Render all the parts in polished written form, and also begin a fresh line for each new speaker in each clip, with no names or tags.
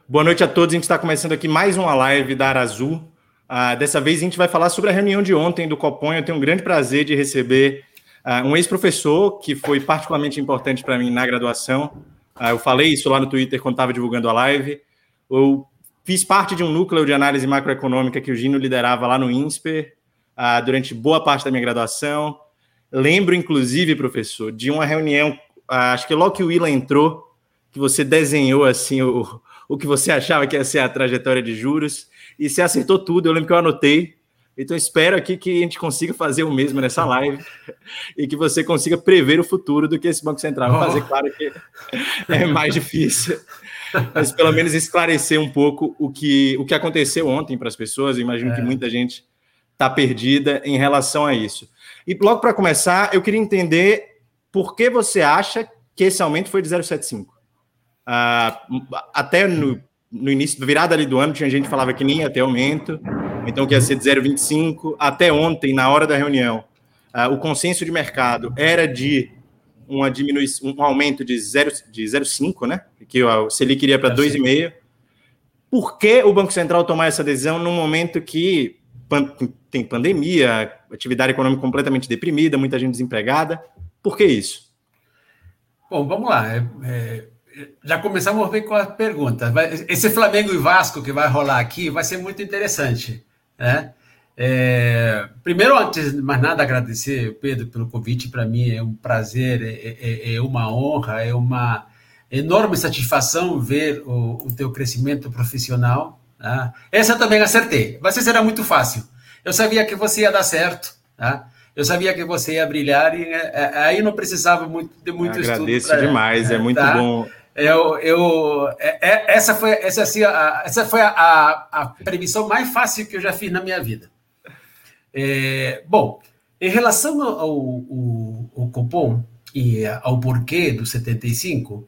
Boa noite a todos. A gente está começando aqui mais uma live da Arazul. Dessa vez a gente vai falar sobre a reunião de ontem do Copom. Eu tenho um grande prazer de receber um ex-professor que foi particularmente importante para mim na graduação. Eu falei isso lá no Twitter quando estava divulgando a live. Eu fiz parte de um núcleo de análise macroeconômica que o Gino liderava lá no INSPER durante boa parte da minha graduação. Lembro, inclusive, professor, de uma reunião, acho que logo que o Willa entrou, que você desenhou assim o que você achava que ia ser a trajetória de juros, e você acertou tudo. Eu lembro que eu anotei, então espero aqui que a gente consiga fazer o mesmo nessa live, e que você consiga prever o futuro do que esse Banco Central vai fazer. Claro que é mais difícil, mas pelo menos esclarecer um pouco o que aconteceu ontem para as pessoas. Eu imagino que muita gente está perdida em relação a isso. E logo para começar, eu queria entender por que você acha que esse aumento foi de 0,75. Até no início, virada ali do ano, tinha gente que falava que nem ia ter aumento, então que ia ser de 0,25. Até ontem, na hora da reunião, o consenso de mercado era de um aumento de 0,5, né? Que o Selic iria para 2,5. Por que o Banco Central tomar essa decisão num momento que tem pandemia, atividade econômica completamente deprimida, muita gente desempregada? Por que isso?
Bom, vamos lá. Já começamos bem com as perguntas. Esse Flamengo e Vasco que vai rolar aqui vai ser muito interessante, né? Primeiro, antes de mais nada, agradecer, Pedro, pelo convite. Para mim é um prazer, é uma honra, é uma enorme satisfação ver o teu crescimento profissional. Tá? Essa eu também acertei. Você será muito fácil. Eu sabia que você ia dar certo, tá? Eu sabia que você ia brilhar e aí não precisava de muito estudo.
Agradeço demais, é muito bom.
Essa foi a previsão mais fácil que eu já fiz na minha vida. Bom, em relação ao Copom e ao porquê do 75,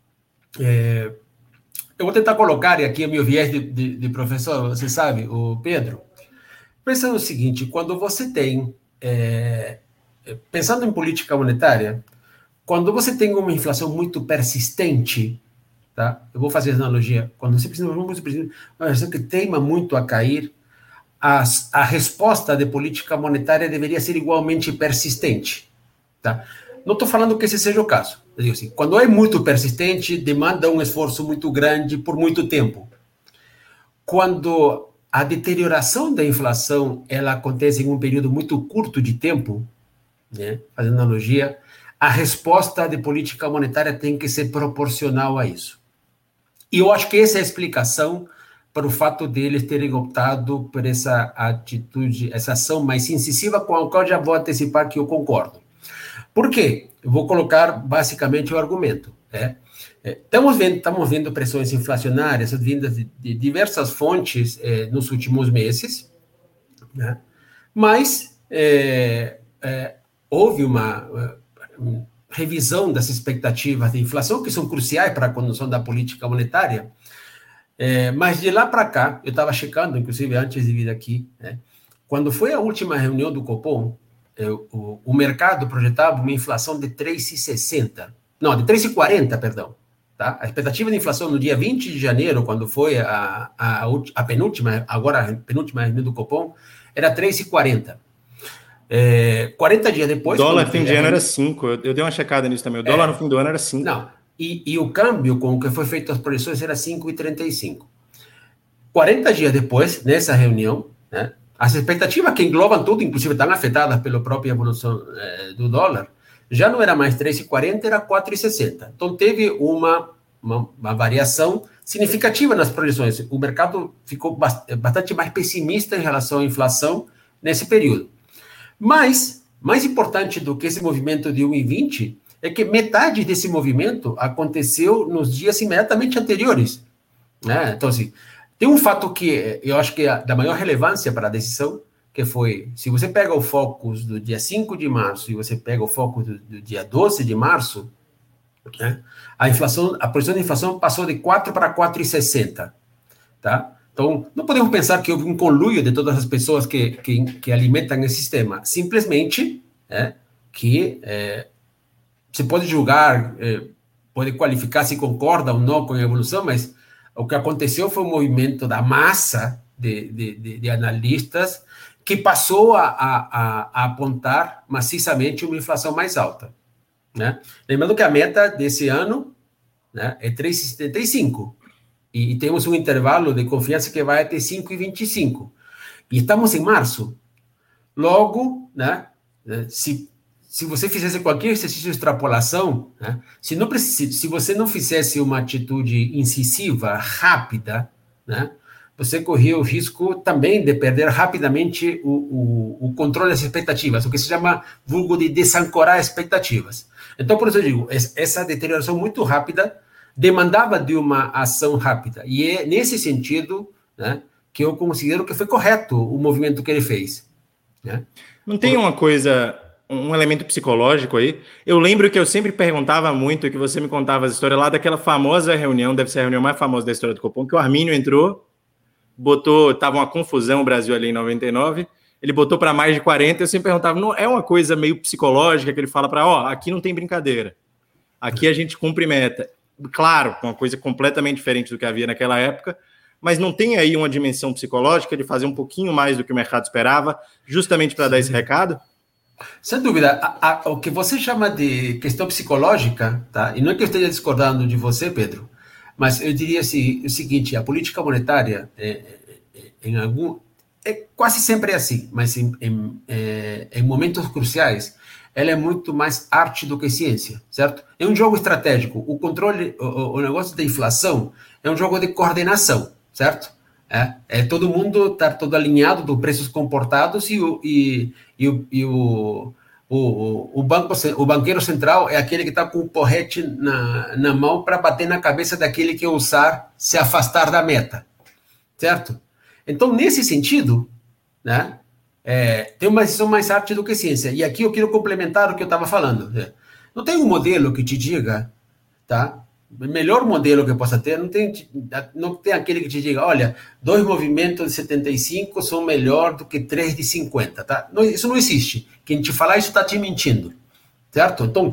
eu vou tentar colocar aqui o meu viés de professor, você sabe, o Pedro. Pensa no seguinte, quando você tem, pensando em política monetária, quando você tem uma inflação muito persistente, tá? Eu vou fazer a analogia, quando você precisa uma inflação que teima muito a cair, a resposta de política monetária deveria ser igualmente persistente, tá? Não estou falando que esse seja o caso. Eu digo assim, quando é muito persistente, demanda um esforço muito grande por muito tempo. Quando a deterioração da inflação ela acontece em um período muito curto de tempo, né? Fazendo analogia, a resposta de política monetária tem que ser proporcional a isso. E eu acho que essa é a explicação para o fato deles terem optado por essa atitude, essa ação mais incisiva, com a qual já vou antecipar que eu concordo. Por quê? Eu vou colocar basicamente o argumento. Estamos vendo pressões inflacionárias vindas de diversas fontes nos últimos meses, né? Mas houve uma revisão das expectativas de inflação, que são cruciais para a condução da política monetária, mas de lá para cá, eu estava checando, inclusive antes de vir aqui, né? Quando foi a última reunião do Copom, o mercado projetava uma inflação de 3,60, não, de 3,40, perdão. Tá? A expectativa de inflação no dia 20 de janeiro, quando foi a penúltima, agora a penúltima reunião do Copom, era 3,40. 40 dias depois...
O dólar fim de ano era 5, eu dei uma checada nisso também, o dólar no fim do ano era 5.
Não, e o câmbio com o que foi feito as projeções era 5,35. 40 dias depois, nessa reunião, né, as expectativas que englobam tudo, inclusive estão afetadas pela própria evolução do dólar, já não era mais 3,40, era 4,60. Então, teve uma variação significativa nas projeções. O mercado ficou bastante mais pessimista em relação à inflação nesse período. Mas, mais importante do que esse movimento de 1,20 é que metade desse movimento aconteceu nos dias imediatamente anteriores, né? Então, assim, tem um fato que eu acho que é da maior relevância para a decisão, que foi, se você pega o focus do dia 5 de março e você pega o focus do dia 12 de março, né, a projeção de inflação passou de 4 para 4,60, tá? Então, não podemos pensar que houve um conluio de todas as pessoas que alimentam esse sistema. Simplesmente, que você pode julgar, pode qualificar se concorda ou não com a evolução, mas O que aconteceu foi um movimento da massa de analistas que passou a apontar maciçamente uma inflação mais alta, né? Lembrando que a meta desse ano, né, é 3,75 e temos um intervalo de confiança que vai até 5,25 e estamos em março. Logo, né, se você fizesse qualquer exercício de extrapolação, né, se você não fizesse uma atitude incisiva, rápida, né, você corria o risco também de perder rapidamente o controle das expectativas, o que se chama vulgo de desancorar expectativas. Então, por isso eu digo, essa deterioração muito rápida demandava de uma ação rápida. E é nesse sentido, né, que eu considero que foi correto o movimento que ele fez, né?
Não tem uma coisa, um elemento psicológico aí? Eu lembro que eu sempre perguntava muito, que você me contava as histórias lá daquela famosa reunião, deve ser a reunião mais famosa da história do Copom, que o Armínio entrou, tava uma confusão o Brasil ali em 99, ele botou para mais de 40, eu sempre perguntava, não é uma coisa meio psicológica que ele fala aqui não tem brincadeira, aqui a gente cumpre meta. Claro, uma coisa completamente diferente do que havia naquela época, mas não tem aí uma dimensão psicológica de fazer um pouquinho mais do que o mercado esperava, justamente para dar esse recado?
Sem dúvida. O que você chama de questão psicológica, tá? E não é que eu esteja discordando de você, Pedro, mas eu diria assim, o seguinte, a política monetária, quase sempre é assim, mas em momentos cruciais, ela é muito mais arte do que ciência, certo? É um jogo estratégico. O controle, o negócio da inflação é um jogo de coordenação, certo? Todo mundo está todo alinhado dos preços comportados e o banqueiro central é aquele que está com o porrete na mão para bater na cabeça daquele que ousar se afastar da meta, certo? Então, nesse sentido, né, tem uma decisão mais arte do que ciência. E aqui eu quero complementar o que eu estava falando. Não tem um modelo que te diga, tá? O melhor modelo que possa ter, não tem aquele que te diga, olha, 2 movimentos de 75 são melhor do que 3 de 50, tá? Não, isso não existe. Quem te falar isso está te mentindo, certo? Então,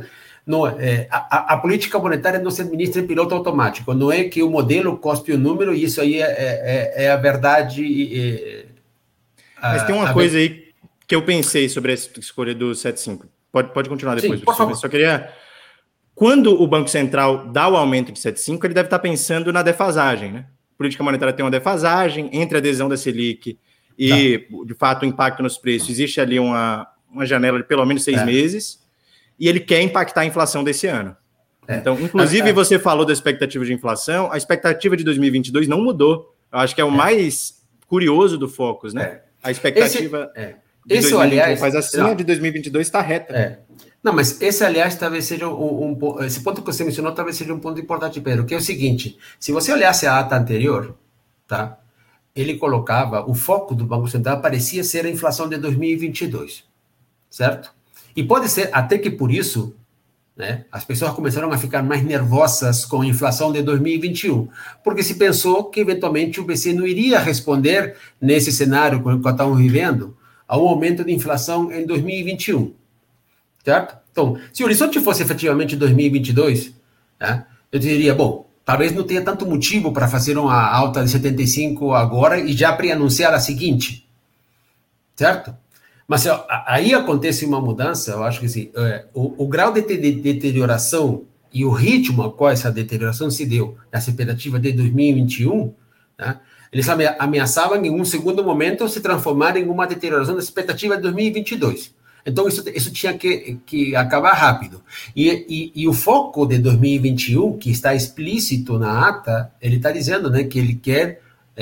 a política monetária não se administra em piloto automático. Não é que o modelo cospe o número e isso aí é a verdade.
Mas tem uma coisa aí que eu pensei sobre essa escolha do 75. Pode continuar depois.
Sim, por favor.
Só queria... Quando o Banco Central dá o aumento de 7,5, ele deve estar pensando na defasagem, né? A política monetária tem uma defasagem entre a adesão da Selic e, de fato, o impacto nos preços. Existe ali uma janela de pelo menos 6 meses e ele quer impactar a inflação desse ano. Então, inclusive, você falou da expectativa de inflação, a expectativa de 2022 não mudou. Eu acho que é o mais curioso do Focus, né? A expectativa de 2021 aliás, faz assim, a de 2022 está reta.
Não, mas esse, aliás, talvez seja esse ponto que você mencionou talvez seja um ponto importante, Pedro, que é o seguinte, se você olhasse a ata anterior, tá, ele colocava, o foco do Banco Central parecia ser a inflação de 2022, certo? E pode ser até que por isso, né, as pessoas começaram a ficar mais nervosas com a inflação de 2021, porque se pensou que, eventualmente, o BC não iria responder, nesse cenário com o que estamos vivendo, a um aumento de inflação em 2021. Certo? Então, se o horizonte fosse efetivamente 2022, né, eu diria, bom, talvez não tenha tanto motivo para fazer uma alta de 75 agora e já pré-anunciar a seguinte, certo? Mas aí acontece uma mudança, eu acho que assim, o grau de deterioração e o ritmo a qual essa deterioração se deu na expectativa de 2021, né, eles ameaçavam em um segundo momento se transformar em uma deterioração da expectativa de 2022. Então, isso tinha que acabar rápido. E o foco de 2021, que está explícito na ata, ele está dizendo, né, que ele quer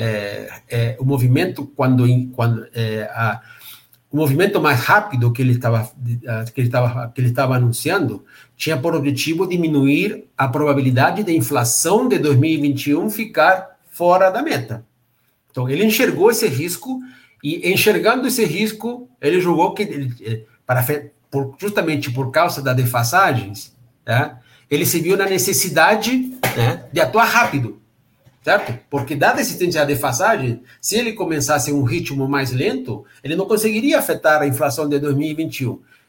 o movimento, o movimento mais rápido que ele estava anunciando, tinha por objetivo diminuir a probabilidade de inflação de 2021 ficar fora da meta. Então, ele enxergou esse risco e, enxergando esse risco, ele julgou que... justamente por causa das defasagens, né, ele se viu na necessidade, né, de atuar rápido, certo? Porque, dada a existência da defasagem, se ele começasse em um ritmo mais lento, ele não conseguiria afetar a inflação de 2021.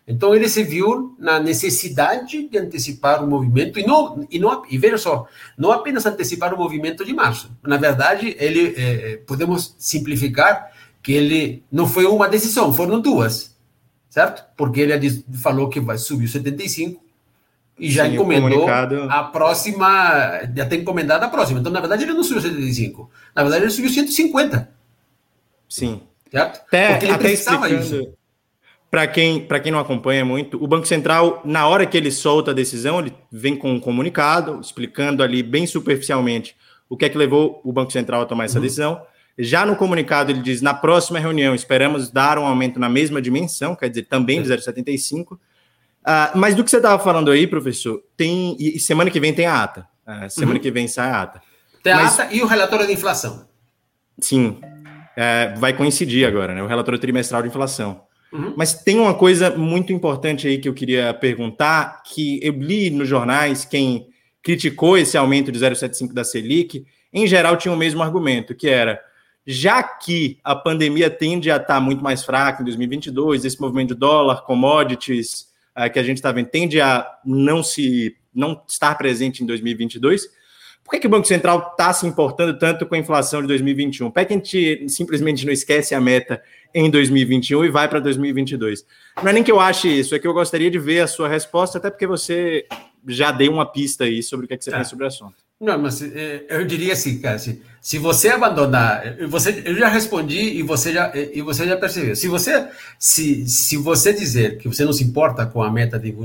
Então, ele se viu na necessidade de antecipar o movimento, e veja só, não apenas antecipar o movimento de março. Na verdade, podemos simplificar que ele não foi uma decisão, foram duas, certo? Porque ele falou que vai subir 75 e já encomendou a próxima, já tem encomendado a próxima. Então, na verdade, ele não subiu 75, na verdade, ele subiu 150.
Sim.
Certo?
Porque ele precisava isso. Para quem não acompanha muito, o Banco Central, na hora que ele solta a decisão, ele vem com um comunicado explicando ali bem superficialmente o que é que levou o Banco Central a tomar essa decisão. Já no comunicado ele diz, na próxima reunião esperamos dar um aumento na mesma dimensão, quer dizer, também de 0,75. Mas do que você estava falando aí, professor, e semana que vem tem a ata. Semana que vem sai a ata.
Tem a ata e o relatório de inflação.
Sim, vai coincidir agora, né? O relatório trimestral de inflação. Mas tem uma coisa muito importante aí que eu queria perguntar, que eu li nos jornais, quem criticou esse aumento de 0,75 da Selic, em geral tinha o mesmo argumento, que era, já que a pandemia tende a estar muito mais fraca em 2022, esse movimento de dólar, commodities, que a gente está vendo, tende a não estar presente em 2022, por que o Banco Central está se importando tanto com a inflação de 2021? Por que a gente simplesmente não esquece a meta em 2021 e vai para 2022? Não é nem que eu ache isso, é que eu gostaria de ver a sua resposta, até porque você já deu uma pista aí sobre o que você pensa sobre o assunto.
Não, mas eu diria assim, cara, se você abandonar, eu já respondi e você já percebeu. Se você dizer que você não se importa com a meta de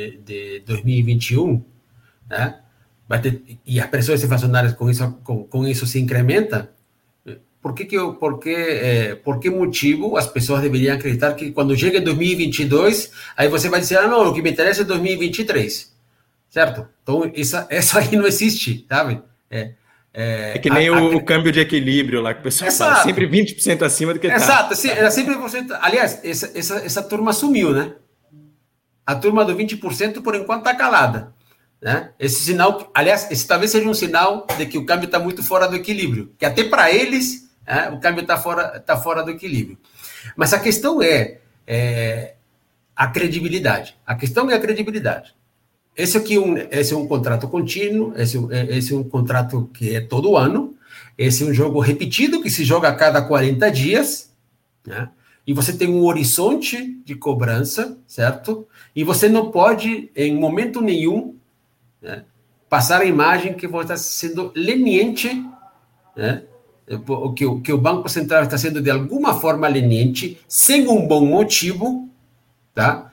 2021, né? E as pressões inflacionárias com isso se incrementa, por que motivo as pessoas deveriam acreditar que quando chega em 2022, aí você vai dizer, não, o que me interessa é 2023, certo? Então, isso aí não existe, sabe?
É que nem o câmbio de equilíbrio lá, que o pessoal fala, sempre 20% acima do que está.
Exato, era sempre 20%. Aliás, essa turma sumiu, né? A turma do 20%, por enquanto, está calada. Né? Esse sinal, aliás, esse talvez seja um sinal de que o câmbio está muito fora do equilíbrio, que até para eles o câmbio está fora do equilíbrio. Mas a questão é a credibilidade. A questão é a credibilidade. Esse é um contrato contínuo, esse é um contrato que é todo ano, esse é um jogo repetido que se joga a cada 40 dias, né? E você tem um horizonte de cobrança, certo? E você não pode, em momento nenhum, né, passar a imagem que você está sendo leniente, né, que o Banco Central está sendo de alguma forma leniente, sem um bom motivo, tá,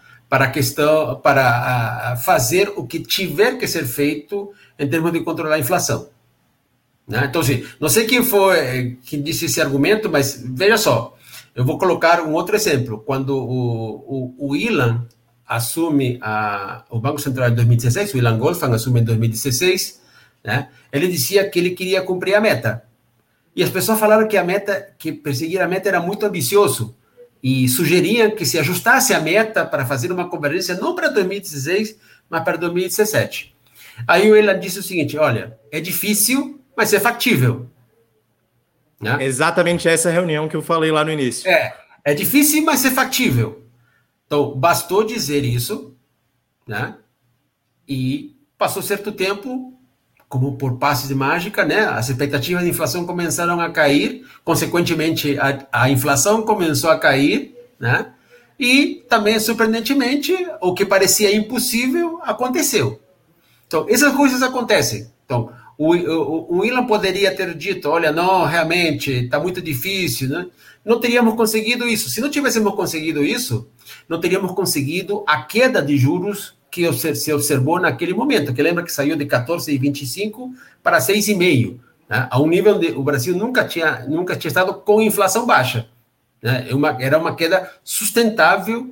para fazer o que tiver que ser feito em termos de controlar a inflação. Né? Então, assim, não sei quem foi que disse esse argumento, mas veja só, eu vou colocar um outro exemplo. Quando o Ilan assume o Banco Central em 2016, o Ilan Goldfein assume em 2016, né? Ele dizia que ele queria cumprir a meta. E as pessoas falaram que perseguir a meta era muito ambicioso e sugeriam que se ajustasse a meta para fazer uma convergência não para 2016, mas para 2017. Aí o Ilan disse o seguinte, olha, é difícil, mas é factível. Né?
Exatamente essa reunião que eu falei lá no início.
É difícil, mas é factível. Então, bastou dizer isso, né? E passou certo tempo, como por passe de mágica, né? As expectativas de inflação começaram a cair, consequentemente, a inflação começou a cair, né? E também, surpreendentemente, o que parecia impossível aconteceu. Então, essas coisas acontecem. Então, o Ilan poderia ter dito, olha, não, realmente, está muito difícil, né? Não teríamos conseguido isso. Se não tivéssemos conseguido isso, não teríamos conseguido a queda de juros que se observou naquele momento, que lembra que saiu de 14,25 para 6,5, né? A um nível onde o Brasil nunca tinha estado com inflação baixa. Né? Era uma queda sustentável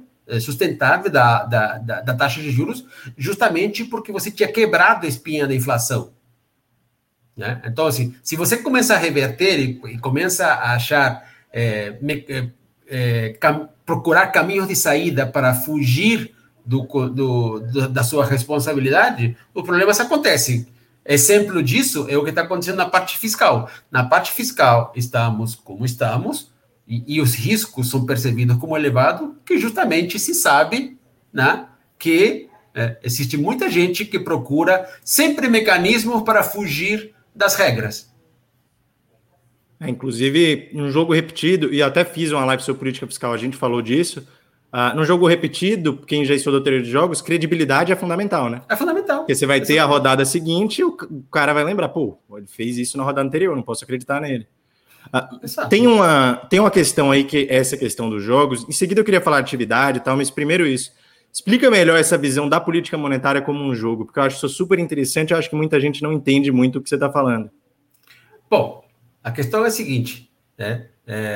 da taxa de juros, justamente porque você tinha quebrado a espinha da inflação. Né? Então, assim, se você começa a reverter e começa a achar, procurar caminhos de saída para fugir da sua responsabilidade, os problemas acontecem. Exemplo disso é o que está acontecendo na parte fiscal. Na parte fiscal, estamos como estamos, e os riscos são percebidos como elevados, que justamente se sabe, né, que existe muita gente que procura sempre mecanismos para fugir das regras.
Inclusive, um jogo repetido, e até fiz uma live sobre política fiscal, a gente falou disso. No jogo repetido, quem já estudou teoria de jogos, credibilidade é fundamental, né?
É fundamental.
Porque você vai ter a rodada seguinte e o cara vai lembrar, pô, ele fez isso na rodada anterior, não posso acreditar nele. Tem uma questão aí, que é essa questão dos jogos. Em seguida eu queria falar de atividade e tal, mas primeiro isso. Explica melhor essa visão da política monetária como um jogo, porque eu acho isso super interessante, eu acho que muita gente não entende muito o que você está falando.
Bom, a questão é a seguinte, né?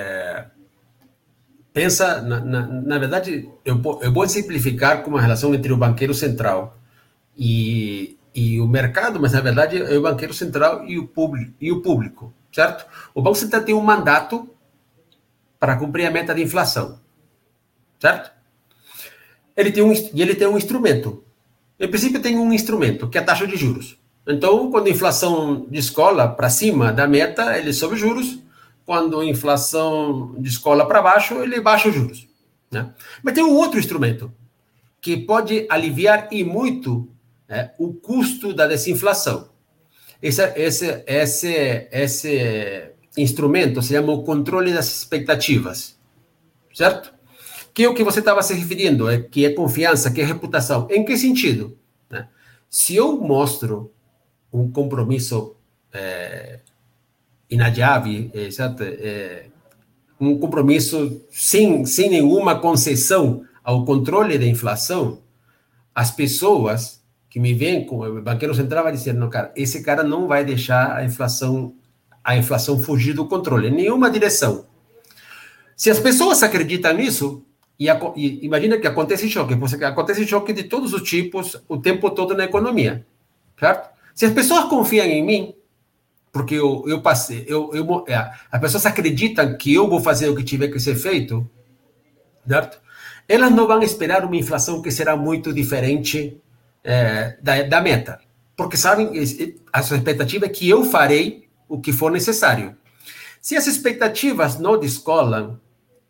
Pensa, na verdade, eu vou simplificar com uma relação entre o banqueiro central e o mercado, mas na verdade é o banqueiro central e o público, certo? O Banco Central tem um mandato para cumprir a meta de inflação, certo? Ele tem um instrumento. Em princípio, tem um instrumento, que é a taxa de juros. Então, quando a inflação descola para cima da meta, ele sobe os juros. Quando a inflação descola para baixo, ele baixa os juros, né? Mas tem um outro instrumento que pode aliviar e muito o custo da desinflação. Esse instrumento se chama o controle das expectativas, certo? Que é o que você estava se referindo, que é confiança, que é reputação. Em que sentido? Né? Se eu mostro um compromisso inadiável, certo? Um compromisso sem nenhuma concessão ao controle da inflação, as pessoas que me veem com o banqueiro central vai dizer, não, cara, esse cara não vai deixar a inflação fugir do controle, em nenhuma direção. Se as pessoas acreditam nisso, e imagina que acontece choque de todos os tipos o tempo todo na economia, certo? Se as pessoas confiam em mim, porque eu passei, as pessoas acreditam que eu vou fazer o que tiver que ser feito, certo? Elas não vão esperar uma inflação que será muito diferente da meta, porque sabem, a sua expectativa é que eu farei o que for necessário. Se as expectativas não descolam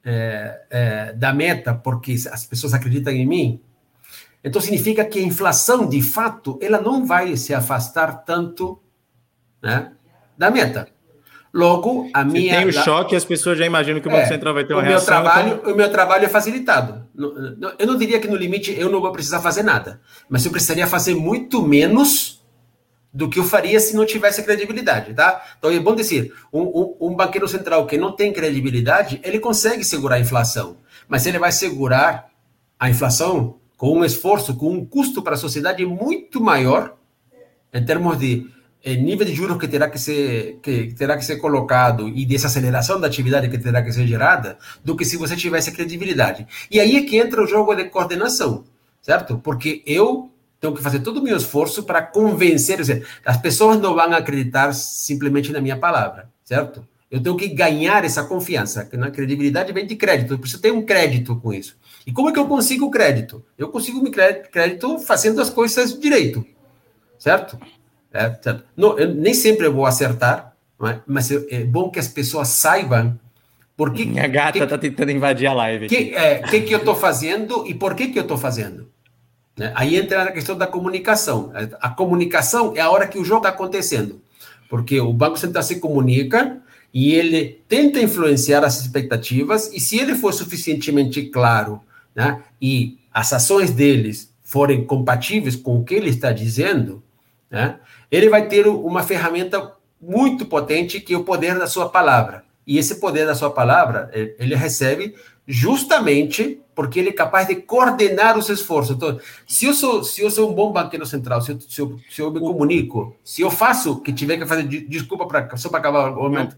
da meta, porque as pessoas acreditam em mim, então significa que a inflação, de fato, ela não vai se afastar tanto, né, da meta. Logo,
tem o choque, as pessoas já imaginam que o Banco Central vai ter uma reação.
O meu trabalho é facilitado. Eu não diria que no limite eu não vou precisar fazer nada, mas eu precisaria fazer muito menos do que eu faria se não tivesse credibilidade, tá? Então é bom dizer, um banqueiro central que não tem credibilidade, ele consegue segurar a inflação, mas ele vai segurar a inflação com um esforço, com um custo para a sociedade muito maior, em termos de nível de juros que terá que ser colocado e desaceleração da atividade que terá que ser gerada, do que se você tivesse credibilidade. E aí é que entra o jogo de coordenação, certo? Porque eu tenho que fazer todo o meu esforço para convencer, as pessoas não vão acreditar simplesmente na minha palavra, certo? Eu tenho que ganhar essa confiança, que na credibilidade vem de crédito, eu preciso ter um crédito com isso. E como é que eu consigo o crédito? Eu consigo o crédito fazendo as coisas direito, certo? Certo. Não, nem sempre eu vou acertar, mas é bom que as pessoas saibam porque...
Minha gata está tentando invadir a live.
O que eu estou fazendo e por que eu estou fazendo. Aí entra a questão da comunicação. A comunicação é a hora que o jogo está acontecendo, porque o Banco Central se comunica e ele tenta influenciar as expectativas, e se ele for suficientemente claro, né, e as ações deles forem compatíveis com o que ele está dizendo, né, ele vai ter uma ferramenta muito potente, que é o poder da sua palavra. E esse poder da sua palavra, ele recebe justamente porque ele é capaz de coordenar os esforços. Então, se eu sou um bom banqueiro central, se eu me comunico, se eu faço o que tiver que fazer, desculpa só para acabar o momento,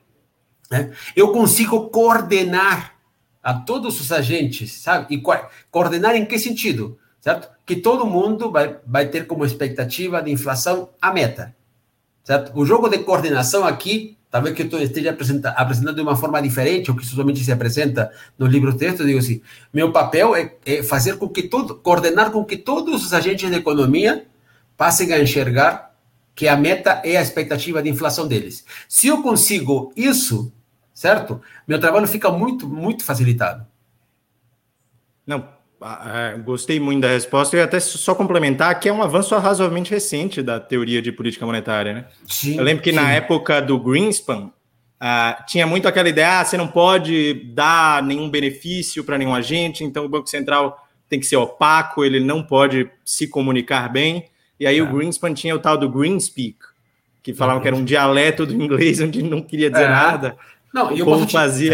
eu consigo coordenar a todos os agentes, sabe? E coordenar em que sentido? Certo? Que todo mundo vai ter como expectativa de inflação a meta, certo? O jogo de coordenação aqui, talvez que eu esteja apresentando de uma forma diferente, ou que somente se apresenta no livro-texto, eu digo assim, meu papel é fazer com que coordenar com que todos os agentes da economia passem a enxergar que a meta é a expectativa de inflação deles. Se eu consigo isso, certo? Meu trabalho fica muito, muito facilitado.
Não, Gostei muito da resposta. Eu ia até só complementar que é um avanço razoavelmente recente da teoria de política monetária, né?
Sim,
Eu lembro que
sim.
na época do Greenspan, tinha muito aquela ideia, você não pode dar nenhum benefício para nenhum agente, então o Banco Central tem que ser opaco, ele não pode se comunicar bem. E aí o Greenspan tinha o tal do Greenspeak, que falavam que era um dialeto do inglês, onde não queria dizer nada.
Não,
O povo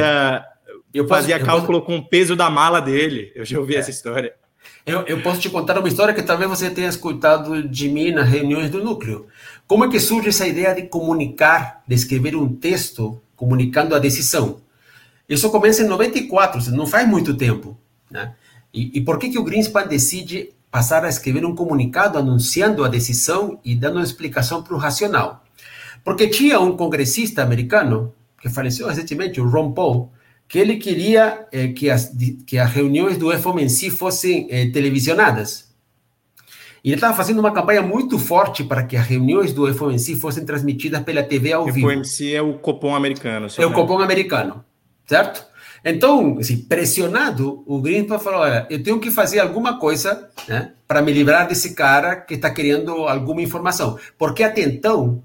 fazia cálculo com o peso da mala dele. Eu já ouvi essa história.
Eu posso te contar uma história que talvez você tenha escutado de mim nas reuniões do núcleo. Como é que surge essa ideia de comunicar, de escrever um texto comunicando a decisão? Isso começa em 94, não faz muito tempo, né? E por que o Greenspan decide passar a escrever um comunicado anunciando a decisão e dando uma explicação para o racional? Porque tinha um congressista americano, que faleceu recentemente, o Ron Paul, que ele queria que as reuniões do FOMC fossem televisionadas. E ele estava fazendo uma campanha muito forte para que as reuniões do FOMC fossem transmitidas pela TV ao vivo.
O FOMC é o Copom americano.
É o Copom americano, certo? Então, assim, pressionado, o Greenspan falou, olha, eu tenho que fazer alguma coisa, né, para me livrar desse cara que está querendo alguma informação. Porque até então,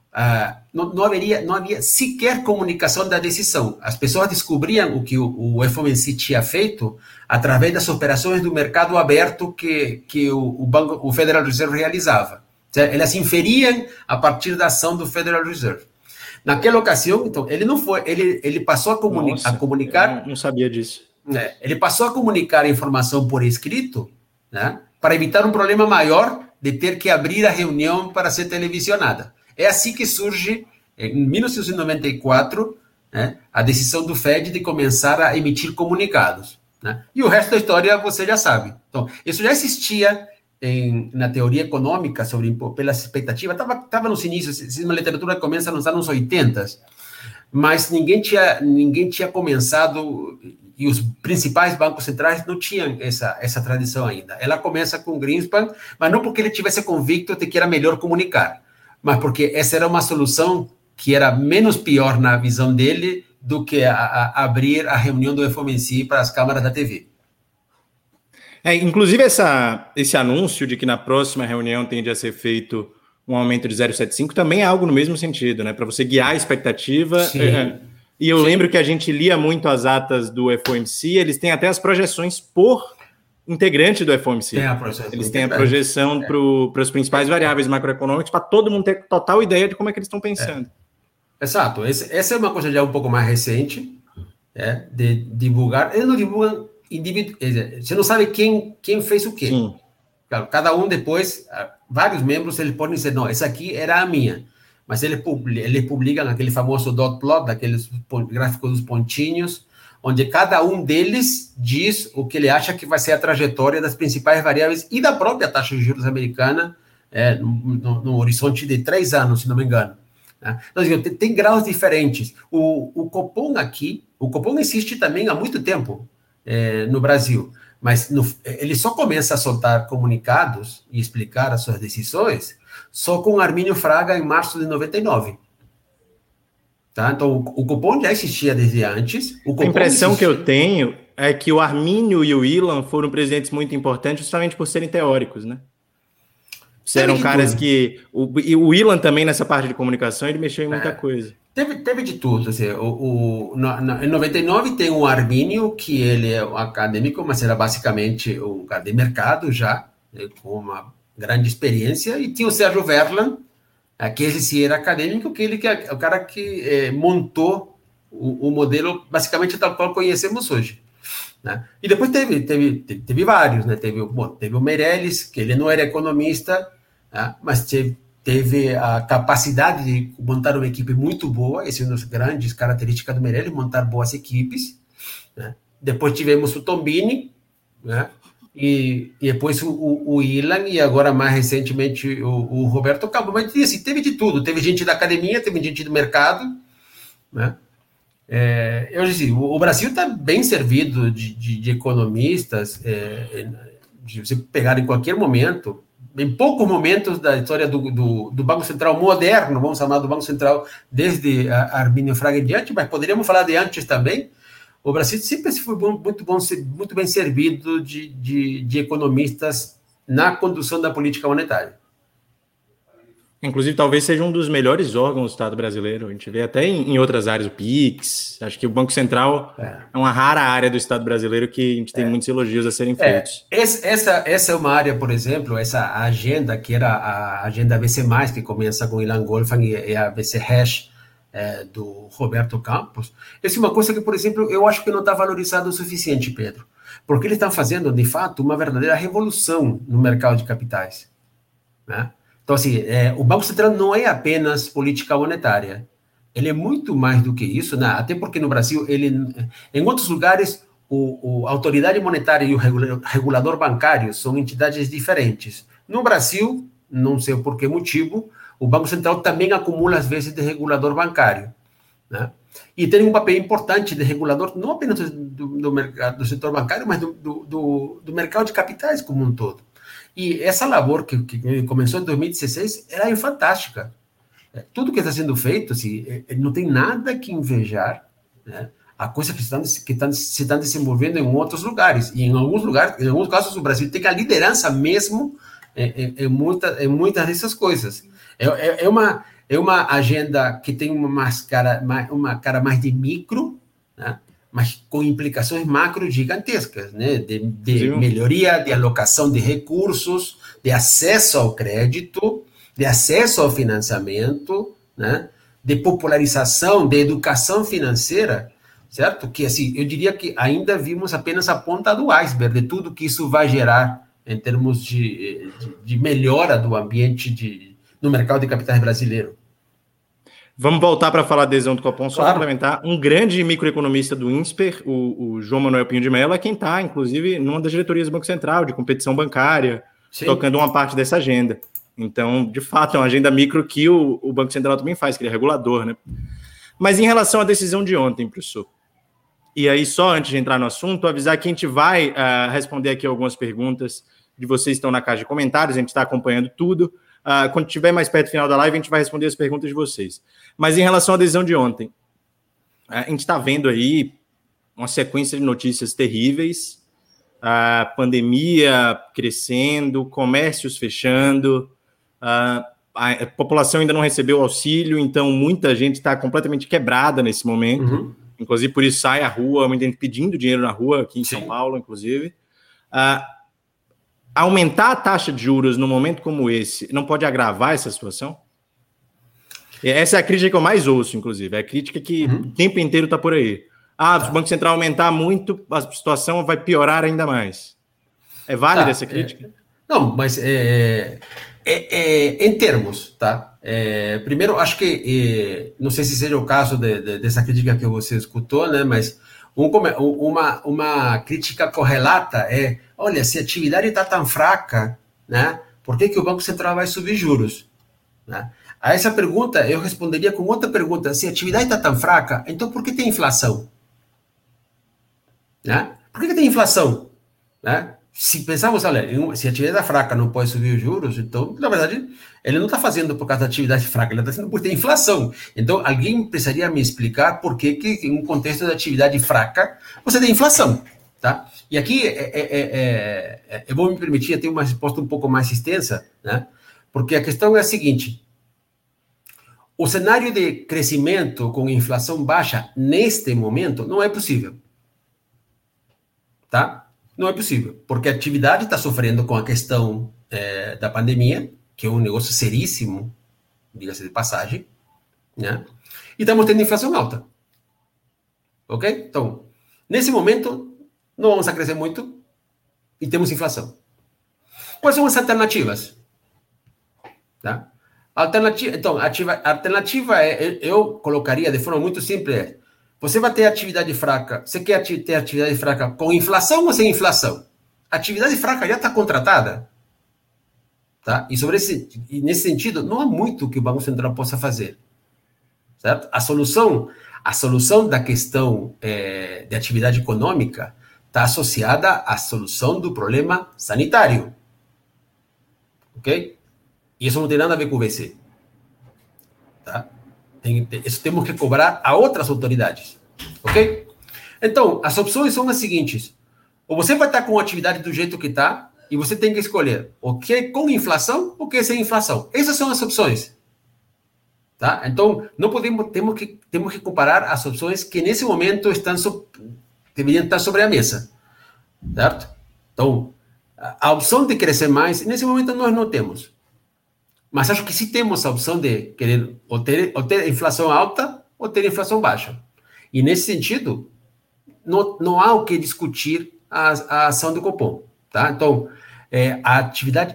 não havia sequer comunicação da decisão. As pessoas descobriam o que o FOMC tinha feito através das operações do mercado aberto que o Federal Reserve realizava. Elas inferiam a partir da ação do Federal Reserve. Naquela ocasião, então, ele passou a comunicar.
Eu não sabia disso.
Ele passou a comunicar a informação por escrito, né, para evitar um problema maior de ter que abrir a reunião para ser televisionada. É assim que surge, em 1994, né, a decisão do Fed de começar a emitir comunicados, né? E o resto da história você já sabe. Então, isso já existia na teoria econômica pelas expectativas, estava nos inícios, uma literatura que começa nos anos 80, mas ninguém tinha começado, e os principais bancos centrais não tinham essa tradição ainda. Ela começa com Greenspan, mas não porque ele tivesse convicto de que era melhor comunicar, mas porque essa era uma solução que era menos pior na visão dele do que abrir a reunião do FOMC para as câmaras da TV.
Inclusive, esse anúncio de que na próxima reunião tende a ser feito um aumento de 0,75 também é algo no mesmo sentido, né? Para você guiar a expectativa.
Sim.
E eu lembro que a gente lia muito as atas do FOMC, eles têm até as projeções por integrante do FOMC. Eles têm a projeção para as principais variáveis macroeconômicas, para todo mundo ter total ideia de como é que eles estão pensando.
Exato. Essa é uma coisa já um pouco mais recente, de divulgar. Eles não divulgam você não sabe quem fez o quê.
Sim.
Claro, cada um depois, vários membros, eles podem dizer, não, essa aqui era a minha. Mas eles publicam aquele famoso dot plot, daqueles gráficos dos pontinhos, onde cada um deles diz o que ele acha que vai ser a trajetória das principais variáveis e da própria taxa de juros americana, no horizonte de 3 anos, se não me engano. Então, tem graus diferentes. O Copom existe também há muito tempo, no Brasil, mas ele só começa a soltar comunicados e explicar as suas decisões só com Arminio Fraga em março de 99. Tá? Então, o Copom já existia desde antes.
A impressão que eu tenho é que o Arminio e o Ilan foram presidentes muito importantes justamente por serem teóricos, né? Eram caras que... O Ilan também, nessa parte de comunicação, ele mexeu em muita coisa.
Teve de tudo. Assim, em 99 tem o Arminio, que ele é um acadêmico, mas era basicamente um cara de mercado já, com uma grande experiência, e tinha o Sérgio Verlan, que esse sim era acadêmico, que é o cara que montou o modelo basicamente tal qual conhecemos hoje. Né? E depois teve vários, né? Teve o Meirelles, que ele não era economista, né? Mas teve a capacidade de montar uma equipe muito boa. Essa é uma das grandes características do Meirelles, montar boas equipes. Né? Depois tivemos o Tombini, né? E depois o Ilan, e agora mais recentemente o Roberto Campos. Mas assim, teve de tudo. Teve gente da academia, teve gente do mercado, né? Eu disse, o Brasil está bem servido de economistas, de você pegar em qualquer momento, em poucos momentos da história do Banco Central moderno, vamos chamar do Banco Central desde Arminio Fraga em diante, mas poderíamos falar de antes também. O Brasil sempre foi muito bem servido de economistas na condução da política monetária.
Inclusive, talvez seja um dos melhores órgãos do Estado brasileiro. A gente vê até em outras áreas, o PIX. Acho que o Banco Central é uma rara área do Estado brasileiro que a gente tem muitos elogios a serem feitos.
Essa é uma área, por exemplo, essa agenda, que era a agenda BC+, que começa com Ilan Goldfein e a BC Hash, do Roberto Campos. Essa é uma coisa que, por exemplo, eu acho que não está valorizado o suficiente, Pedro. Porque eles estão fazendo, de fato, uma verdadeira revolução no mercado de capitais, né? Então, assim, o Banco Central não é apenas política monetária. Ele é muito mais do que isso, né? Até porque no Brasil, em outros lugares, a autoridade monetária e o regulador bancário são entidades diferentes. No Brasil, não sei por que motivo, o Banco Central também acumula, às vezes, de regulador bancário, né? E tem um papel importante de regulador, não apenas do setor bancário, mas do mercado de capitais como um todo. E essa labor que começou em 2016 era fantástica. Tudo que está sendo feito, assim, não tem nada que invejar, né, a coisa que se estão desenvolvendo em outros lugares. E em alguns lugares, em alguns casos, o Brasil tem a liderança mesmo em muitas dessas coisas. É uma agenda que tem uma cara mais de micro, né, mas com implicações macro gigantescas, né? De melhoria, de alocação de recursos, de acesso ao crédito, de acesso ao financiamento, né? De popularização, de educação financeira, certo? Que, assim, eu diria que ainda vimos apenas a ponta do iceberg de tudo que isso vai gerar em termos de melhora do ambiente no mercado de capitais brasileiro.
Vamos voltar para falar da adesão do Copom, só complementar. Um grande microeconomista do INSPER, o João Manuel Pinho de Mello, é quem está, inclusive, numa das diretorias do Banco Central, de competição bancária, sim, tocando uma parte dessa agenda. Então, de fato, é uma agenda micro que o Banco Central também faz, que ele é regulador, né? Mas em relação à decisão de ontem, professor, e aí só antes de entrar no assunto, avisar que a gente vai responder aqui algumas perguntas de vocês que estão na caixa de comentários, a gente está acompanhando tudo. Quando estiver mais perto do final da live, a gente vai responder as perguntas de vocês. Mas em relação à decisão de ontem, a gente está vendo aí uma sequência de notícias terríveis, a pandemia crescendo, comércios fechando, a população ainda não recebeu auxílio, então muita gente está completamente quebrada nesse momento. Uhum. Inclusive, por isso sai à rua, muita gente pedindo dinheiro na rua, aqui em São Paulo, inclusive. Aumentar a taxa de juros num momento como esse não pode agravar essa situação? Essa é a crítica que eu mais ouço, inclusive. É a crítica que o tempo inteiro está por aí. Se o Banco Central aumentar muito, a situação vai piorar ainda mais. É válida essa crítica?
Não, mas em termos, tá? Primeiro, acho que, não sei se seja o caso dessa crítica que você escutou, né? Mas uma crítica correlata olha, se a atividade está tão fraca, né? Por que o Banco Central vai subir juros? Né? A essa pergunta, eu responderia com outra pergunta. Se a atividade está tão fraca, então por que tem inflação? Né? Por que tem inflação? Né? Se pensarmos, olha, se a atividade é fraca não pode subir os juros, então, na verdade, ele não está fazendo por causa da atividade fraca, ele está fazendo por ter inflação. Então, alguém precisaria me explicar por que em um contexto de atividade fraca, você tem inflação. Tá? E aqui eu vou me permitir ter uma resposta um pouco mais extensa, né? Porque a questão é a seguinte: o cenário de crescimento com inflação baixa neste momento não é possível. Tá? Não é possível, porque a atividade está sofrendo com a questão da pandemia, que é um negócio seríssimo, diga-se de passagem, né? E estamos tendo inflação alta. Ok? Então, nesse momento, não vamos a crescer muito e temos inflação. Quais são as alternativas? Tá? Então, a alternativa eu colocaria de forma muito simples, você vai ter atividade fraca, você quer ter atividade fraca com inflação ou sem inflação? A atividade fraca já está contratada. Tá? E nesse sentido, não há muito que o Banco Central possa fazer. Certo? A solução da questão de atividade econômica está associada à solução do problema sanitário. Ok? E isso não tem nada a ver com o VC. Tá? Isso temos que cobrar a outras autoridades. Ok? Então, as opções são as seguintes. Ou você vai estar com a atividade do jeito que está, e você tem que escolher o que é com inflação ou o que é sem inflação. Essas são as opções. Tá? Então, não podemos, temos que comparar as opções que nesse momento deveriam estar sobre a mesa. Certo? Então, a opção de crescer mais, nesse momento nós não temos. Mas acho que sim temos a opção de querer ou ter inflação alta ou ter inflação baixa. E nesse sentido, não há o que discutir a ação do Copom. Tá? Então, a atividade,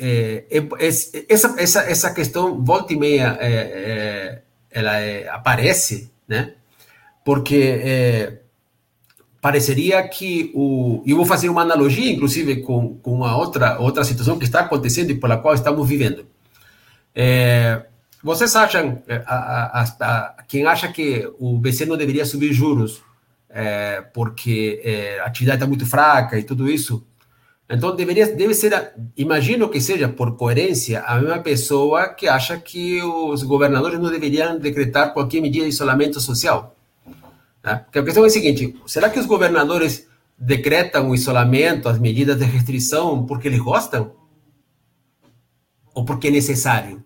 essa questão, volta e meia, ela aparece, né? Porque pareceria que eu vou fazer uma analogia, inclusive, com uma outra situação que está acontecendo e pela qual estamos vivendo. Vocês acham, quem acha que o BC não deveria subir juros porque a atividade está muito fraca e tudo isso, então deve ser, imagino que seja por coerência, a mesma pessoa que acha que os governadores não deveriam decretar qualquer medida de isolamento social. Né? Porque a questão é a seguinte, será que os governadores decretam o isolamento, as medidas de restrição porque eles gostam? Ou porque é necessário?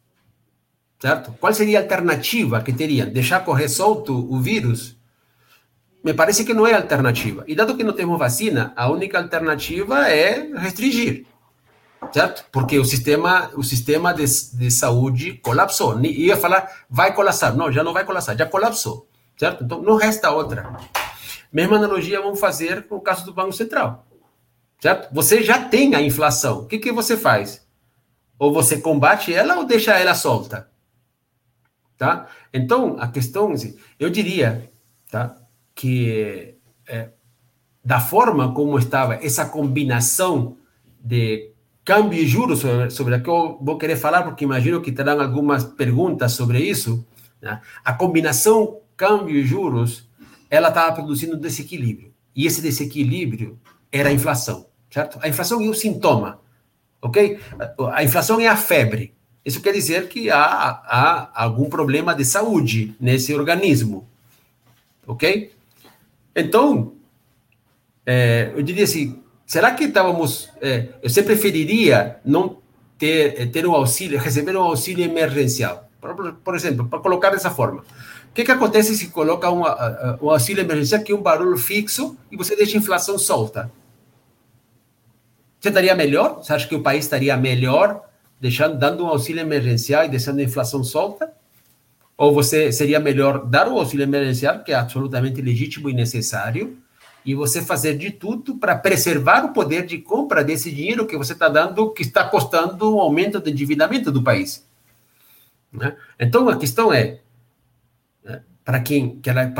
Certo? Qual seria a alternativa que teriam? Deixar correr solto o vírus? Me parece que não é alternativa. E dado que não temos vacina, a única alternativa é restringir, certo? Porque o sistema de saúde colapsou. Ia falar, vai colapsar. Não, já não vai colapsar, já colapsou, certo? Então, não resta outra. Mesma analogia vamos fazer com o caso do Banco Central, certo? Você já tem a inflação. O que você faz? Ou você combate ela ou deixa ela solta? Tá? Então, a questão, eu diria, tá, que da forma como estava essa combinação de câmbio e juros, sobre a que eu vou querer falar, porque imagino que terão algumas perguntas sobre isso, né? A combinação câmbio e juros, ela estava produzindo um desequilíbrio. E esse desequilíbrio era a inflação, certo? A inflação é o sintoma, ok? A inflação é a febre. Isso quer dizer que há algum problema de saúde nesse organismo, ok? Então, eu diria assim, será que estávamos... você preferiria não ter um auxílio, receber um auxílio emergencial? Por exemplo, para colocar dessa forma. O que acontece se coloca um auxílio emergencial que é um valor fixo e você deixa a inflação solta? Você estaria melhor? Você acha que o país estaria melhor dando um auxílio emergencial e deixando a inflação solta? Ou você seria melhor dar o auxílio emergencial, que é absolutamente legítimo e necessário, e você fazer de tudo para preservar o poder de compra desse dinheiro que você está dando, que está custando um aumento do endividamento do país? Né? Então, a questão é, para quem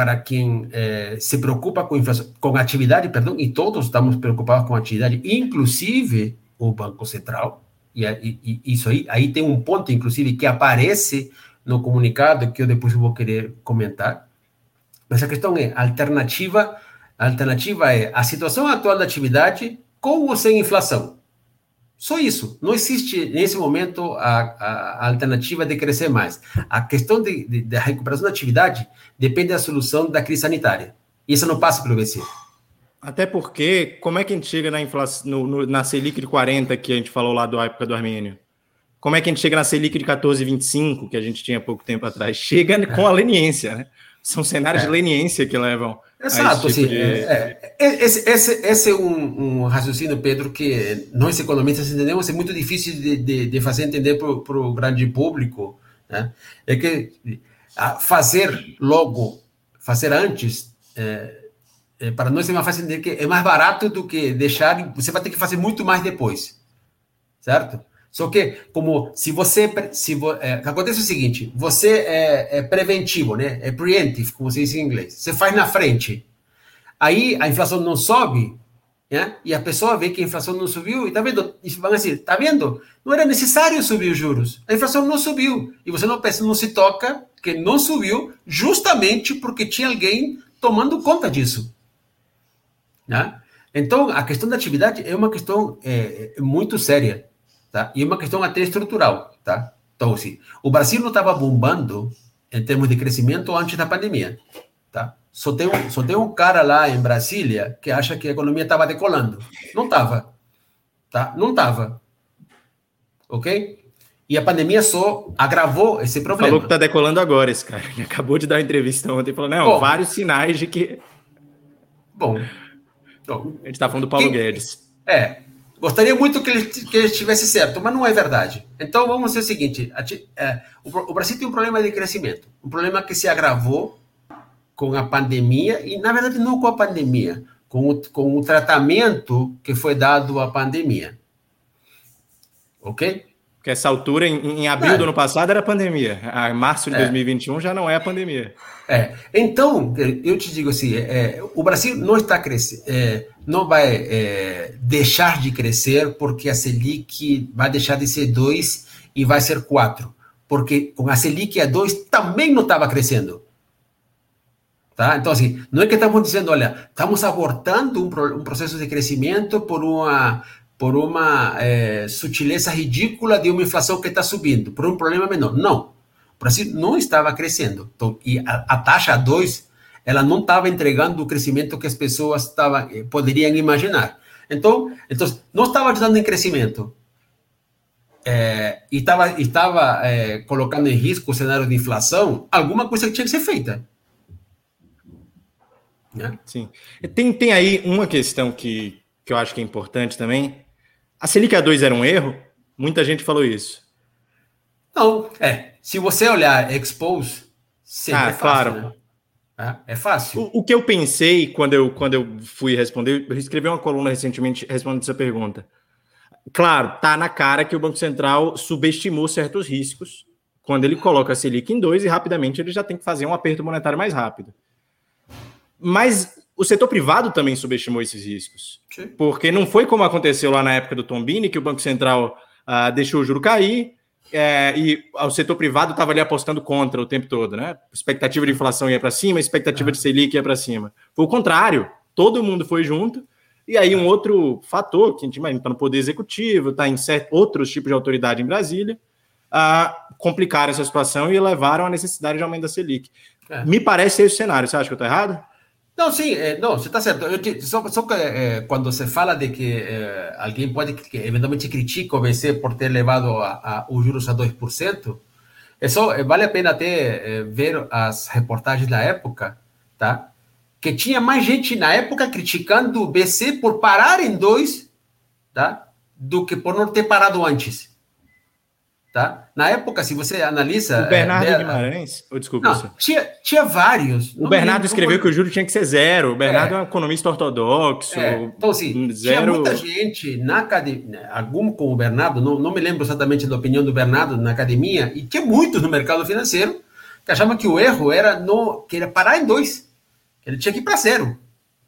se preocupa com inflação, com atividade, perdão, e todos estamos preocupados com atividade, inclusive o Banco Central, e isso aí tem um ponto, inclusive, que aparece no comunicado, que eu depois vou querer comentar, mas a questão é, a alternativa é a situação atual da atividade com ou sem inflação. Só isso. Não existe, nesse momento, a alternativa de crescer mais. A questão da recuperação da atividade depende da solução da crise sanitária. Isso não passa pelo BC.
Até porque, como é que a gente chega na inflação, na Selic de 40, que a gente falou lá da época do Armênio? Como é que a gente chega na Selic de 14,25, que a gente tinha pouco tempo atrás? Chega com a leniência, né? São cenários de leniência que levam.
Exato, assim, esse é um raciocínio, Pedro, que nós economistas entendemos, é muito difícil de fazer entender para o grande público, né? É que fazer antes, para nós é mais fácil entender que é mais barato do que deixar, você vai ter que fazer muito mais depois, certo? Só que, como acontece o seguinte, você é preventivo, né? É preemptive, como se diz em inglês. Você faz na frente. Aí a inflação não sobe, né? E a pessoa vê que a inflação não subiu, e tá vendo? E vão assim, tá vendo? Não era necessário subir os juros. A inflação não subiu. E você não pensa, não se toca que não subiu justamente porque tinha alguém tomando conta disso. Né? Então, a questão da atividade é uma questão muito séria. Tá? E é uma questão até estrutural. Tá? Então, assim, o Brasil não estava bombando em termos de crescimento antes da pandemia. Tá? Só tem um cara lá em Brasília que acha que a economia estava decolando. Não estava. Tá? Não estava. Ok? E a pandemia só agravou esse problema.
Falou que está decolando agora esse cara. Ele acabou de dar uma entrevista ontem e falou, não, vários sinais de que...
Bom.
A gente está falando do Paulo Guedes.
Gostaria muito que ele estivesse certo, mas não é verdade. Então, vamos dizer o seguinte, o Brasil tem um problema de crescimento, um problema que se agravou com a pandemia, e, na verdade, não com a pandemia, com o tratamento que foi dado à pandemia. Ok?
Porque essa altura, em abril do ano passado, era pandemia. A março de 2021 já não é a pandemia.
Então, eu te digo assim, o Brasil não está crescendo, não vai deixar de crescer porque a Selic vai deixar de ser 2 e vai ser 4. Porque com a Selic a 2 também não estava crescendo. Tá? Então, assim, não é que estamos dizendo, olha, estamos abortando um processo de crescimento por uma sutileza ridícula de uma inflação que está subindo, por um problema menor. Não. O Brasil não estava crescendo. Então, e a taxa 2, ela não estava entregando o crescimento que as pessoas poderiam imaginar. Então não estava ajudando em crescimento. E estava colocando em risco o cenário de inflação, alguma coisa que tinha que ser feita. Né?
Sim. Tem aí uma questão que eu acho que é importante também. A Selic A2 era um erro? Muita gente falou isso.
Não, se você olhar Expose, sempre é fácil,
claro.
Né? É fácil.
O que eu pensei quando eu fui responder, eu escrevi uma coluna recentemente respondendo essa pergunta. Claro, tá na cara que o Banco Central subestimou certos riscos quando ele coloca a Selic em 2 e rapidamente ele já tem que fazer um aperto monetário mais rápido. Mas o setor privado também subestimou esses riscos. Sim. Porque não foi como aconteceu lá na época do Tombini, que o Banco Central deixou o juro cair e o setor privado estava ali apostando contra o tempo todo, né? Expectativa de inflação ia para cima, expectativa de Selic ia para cima. Foi o contrário. Todo mundo foi junto. E aí um outro fator, que a gente imagina, está no Poder Executivo, está em outros tipos de autoridade em Brasília, complicaram essa situação e levaram à necessidade de aumento da Selic. Me parece esse o cenário. Você acha que eu estou errado?
Não, sim, não, você está certo. Só que quando se fala de que alguém pode que eventualmente critica o BC por ter levado os juros a 2%, vale a pena até ver as reportagens da época, tá? Que tinha mais gente na época criticando o BC por parar em 2, tá? Do que por não ter parado antes. Tá? Na época, se você analisa...
O Bernardo Guimarães... desculpa.
Não, tinha vários.
O Bernardo escreveu que o juro tinha que ser 0. O Bernardo é um economista ortodoxo.
Então, assim, tinha muita gente na academia, algum com o Bernardo, não me lembro exatamente da opinião do Bernardo na academia, e tinha muitos no mercado financeiro que achavam que o erro era parar em 2. Ele tinha que ir para 0.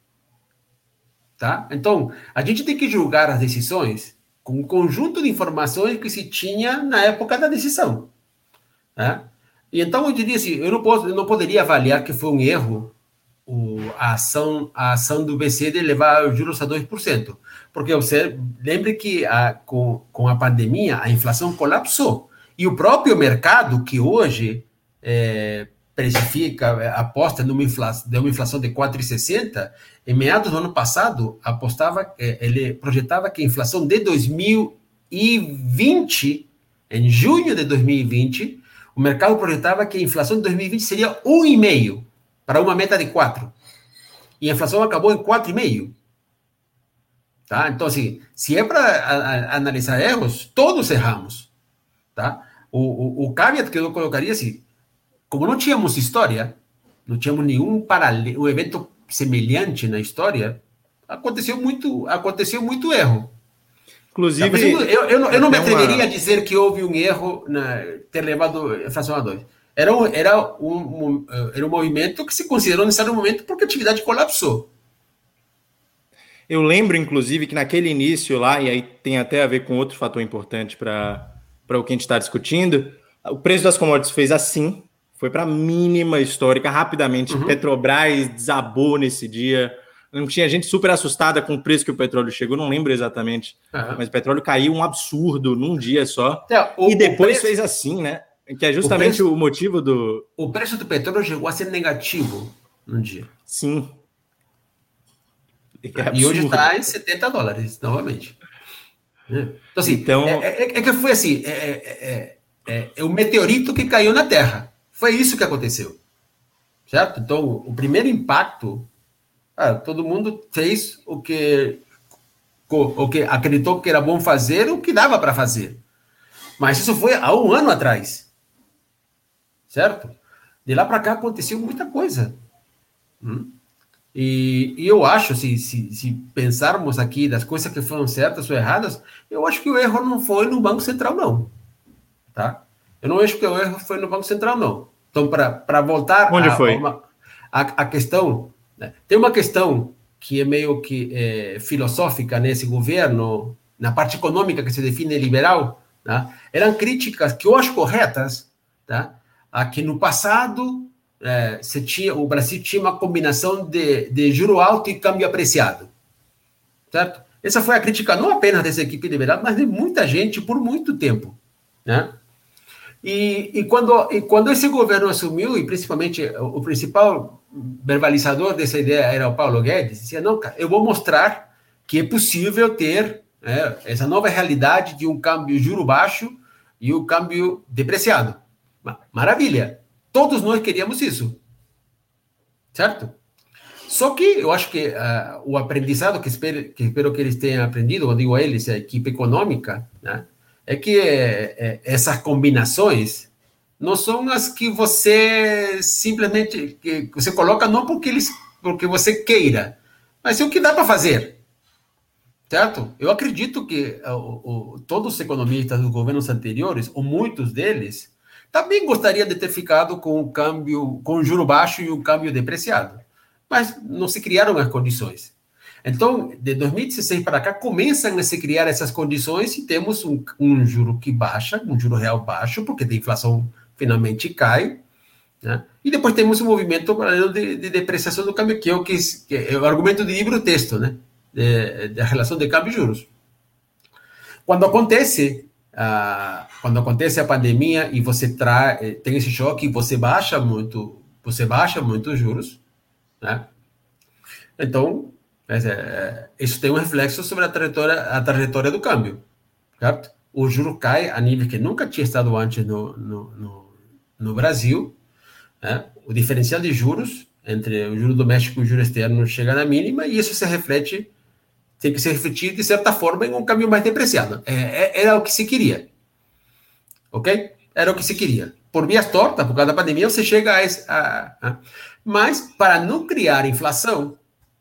Tá? Então, a gente tem que julgar as decisões com um conjunto de informações que se tinha na época da decisão. Né? E então eu diria assim, eu não poderia avaliar que foi um erro a ação do BC de levar os juros a 2%. Porque você lembre que com a pandemia a inflação colapsou. E o próprio mercado, que hoje aposta de uma inflação de 4,60, em meados do ano passado, ele projetava que a inflação de 2020, em junho de 2020, o mercado projetava que a inflação de 2020 seria 1,5% para uma meta de 4%. E a inflação acabou em 4,5%. Tá? Então, assim, se é para analisar erros, todos erramos. Tá? O caveat que eu colocaria assim, como não tínhamos história, não tínhamos nenhum um evento semelhante na história, aconteceu muito erro.
Inclusive,
eu não me atreveria a dizer que houve um erro ter levado a inflação a 2%. Era um movimento que se considerou necessário no momento porque a atividade colapsou.
Eu lembro, inclusive, que naquele início lá, e aí tem até a ver com outro fator importante para o que a gente está discutindo, o preço das commodities fez assim, foi para a mínima histórica, rapidamente. Petrobras desabou nesse dia. Não tinha gente super assustada com o preço que o petróleo chegou, não lembro exatamente. Mas o petróleo caiu um absurdo num dia só. E depois fez assim, né? Que é justamente o motivo do...
O preço do petróleo chegou a ser negativo num dia.
Sim.
E hoje está em $70 novamente. Então, assim, que foi assim, é o meteorito que caiu na Terra. Foi isso que aconteceu. Certo? Então, o primeiro impacto, todo mundo fez o que acreditou que era bom fazer, o que dava para fazer. Mas isso foi há um ano atrás. Certo? De lá para cá aconteceu muita coisa. E eu acho, se pensarmos aqui das coisas que foram certas ou erradas, eu acho que o erro não foi no Banco Central, não. Tá? Eu não acho que o erro foi no Banco Central, não. Então, para voltar a questão, né? Tem uma questão que é meio que filosófica nesse governo, na parte econômica que se define liberal, tá? Eram críticas que eu acho corretas, tá? A que no passado o Brasil tinha uma combinação de juro alto e câmbio apreciado, certo? Essa foi a crítica não apenas dessa equipe liberal, mas de muita gente por muito tempo, né? E quando esse governo assumiu, e principalmente o principal verbalizador dessa ideia era o Paulo Guedes, dizia, não, cara, eu vou mostrar que é possível ter essa nova realidade de um câmbio juro baixo e o câmbio depreciado. Maravilha! Todos nós queríamos isso, certo? Só que eu acho que o aprendizado que espero que eles tenham aprendido, quando digo a eles, a equipe econômica, né, é que essas combinações não são as que você simplesmente que você coloca não porque você queira, mas é o que dá para fazer, certo? Eu acredito que todos os economistas dos governos anteriores, ou muitos deles, também gostaria de ter ficado com o câmbio, com o juro baixo e o câmbio depreciado, mas não se criaram as condições. Então, de 2016 para cá, começam a se criar essas condições e temos um juro que baixa, um juro real baixo, porque a inflação finalmente cai, né? E depois temos um movimento paralelo de depreciação do câmbio, que é o argumento de livro-texto, né? Da relação de câmbio e juros. Quando acontece a pandemia e você tem esse choque, você baixa muito os juros, né? Então, isso tem um reflexo sobre a trajetória do câmbio, certo? O juro cai a nível que nunca tinha estado antes no Brasil, né? O diferencial de juros entre o juro doméstico e o juro externo chega na mínima e isso tem que se refletir de certa forma em um câmbio mais depreciado. Era o que se queria, ok? Era o que se queria. Por vias tortas, por causa da pandemia, você chega mas para não criar inflação,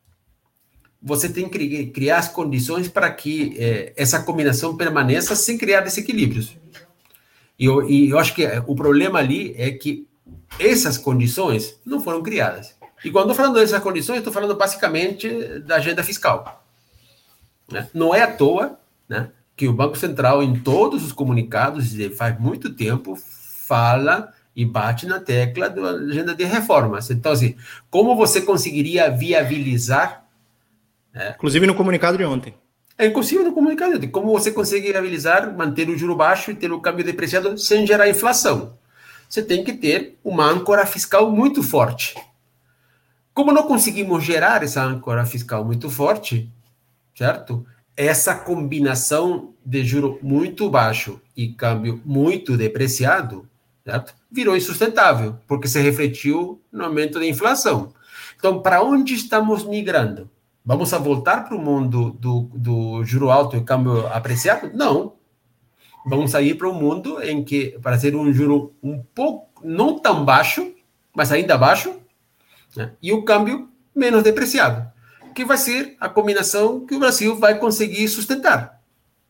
você tem que criar as condições para que essa combinação permaneça sem criar desequilíbrios. E eu acho que o problema ali é que essas condições não foram criadas. E quando estou falando dessas condições, estou falando basicamente da agenda fiscal, né? Não é à toa, né, que o Banco Central, em todos os comunicados, faz muito tempo, fala e bate na tecla da agenda de reformas. Então, assim, como você conseguiria viabilizar...
Inclusive no comunicado de ontem.
É impossível no comunicado de como você consegue viabilizar, manter o juro baixo e ter o câmbio depreciado sem gerar inflação. Você tem que ter uma âncora fiscal muito forte. Como não conseguimos gerar essa âncora fiscal muito forte, certo? Essa combinação de juro muito baixo e câmbio muito depreciado, certo? Virou insustentável, porque se refletiu no aumento da inflação. Então, para onde estamos migrando? Vamos a voltar para o mundo do juro alto e câmbio apreciado? Não. Vamos a ir para um mundo em que, para ser um juro um pouco, não tão baixo, mas ainda baixo, né? E o câmbio menos depreciado, que vai ser a combinação que o Brasil vai conseguir sustentar.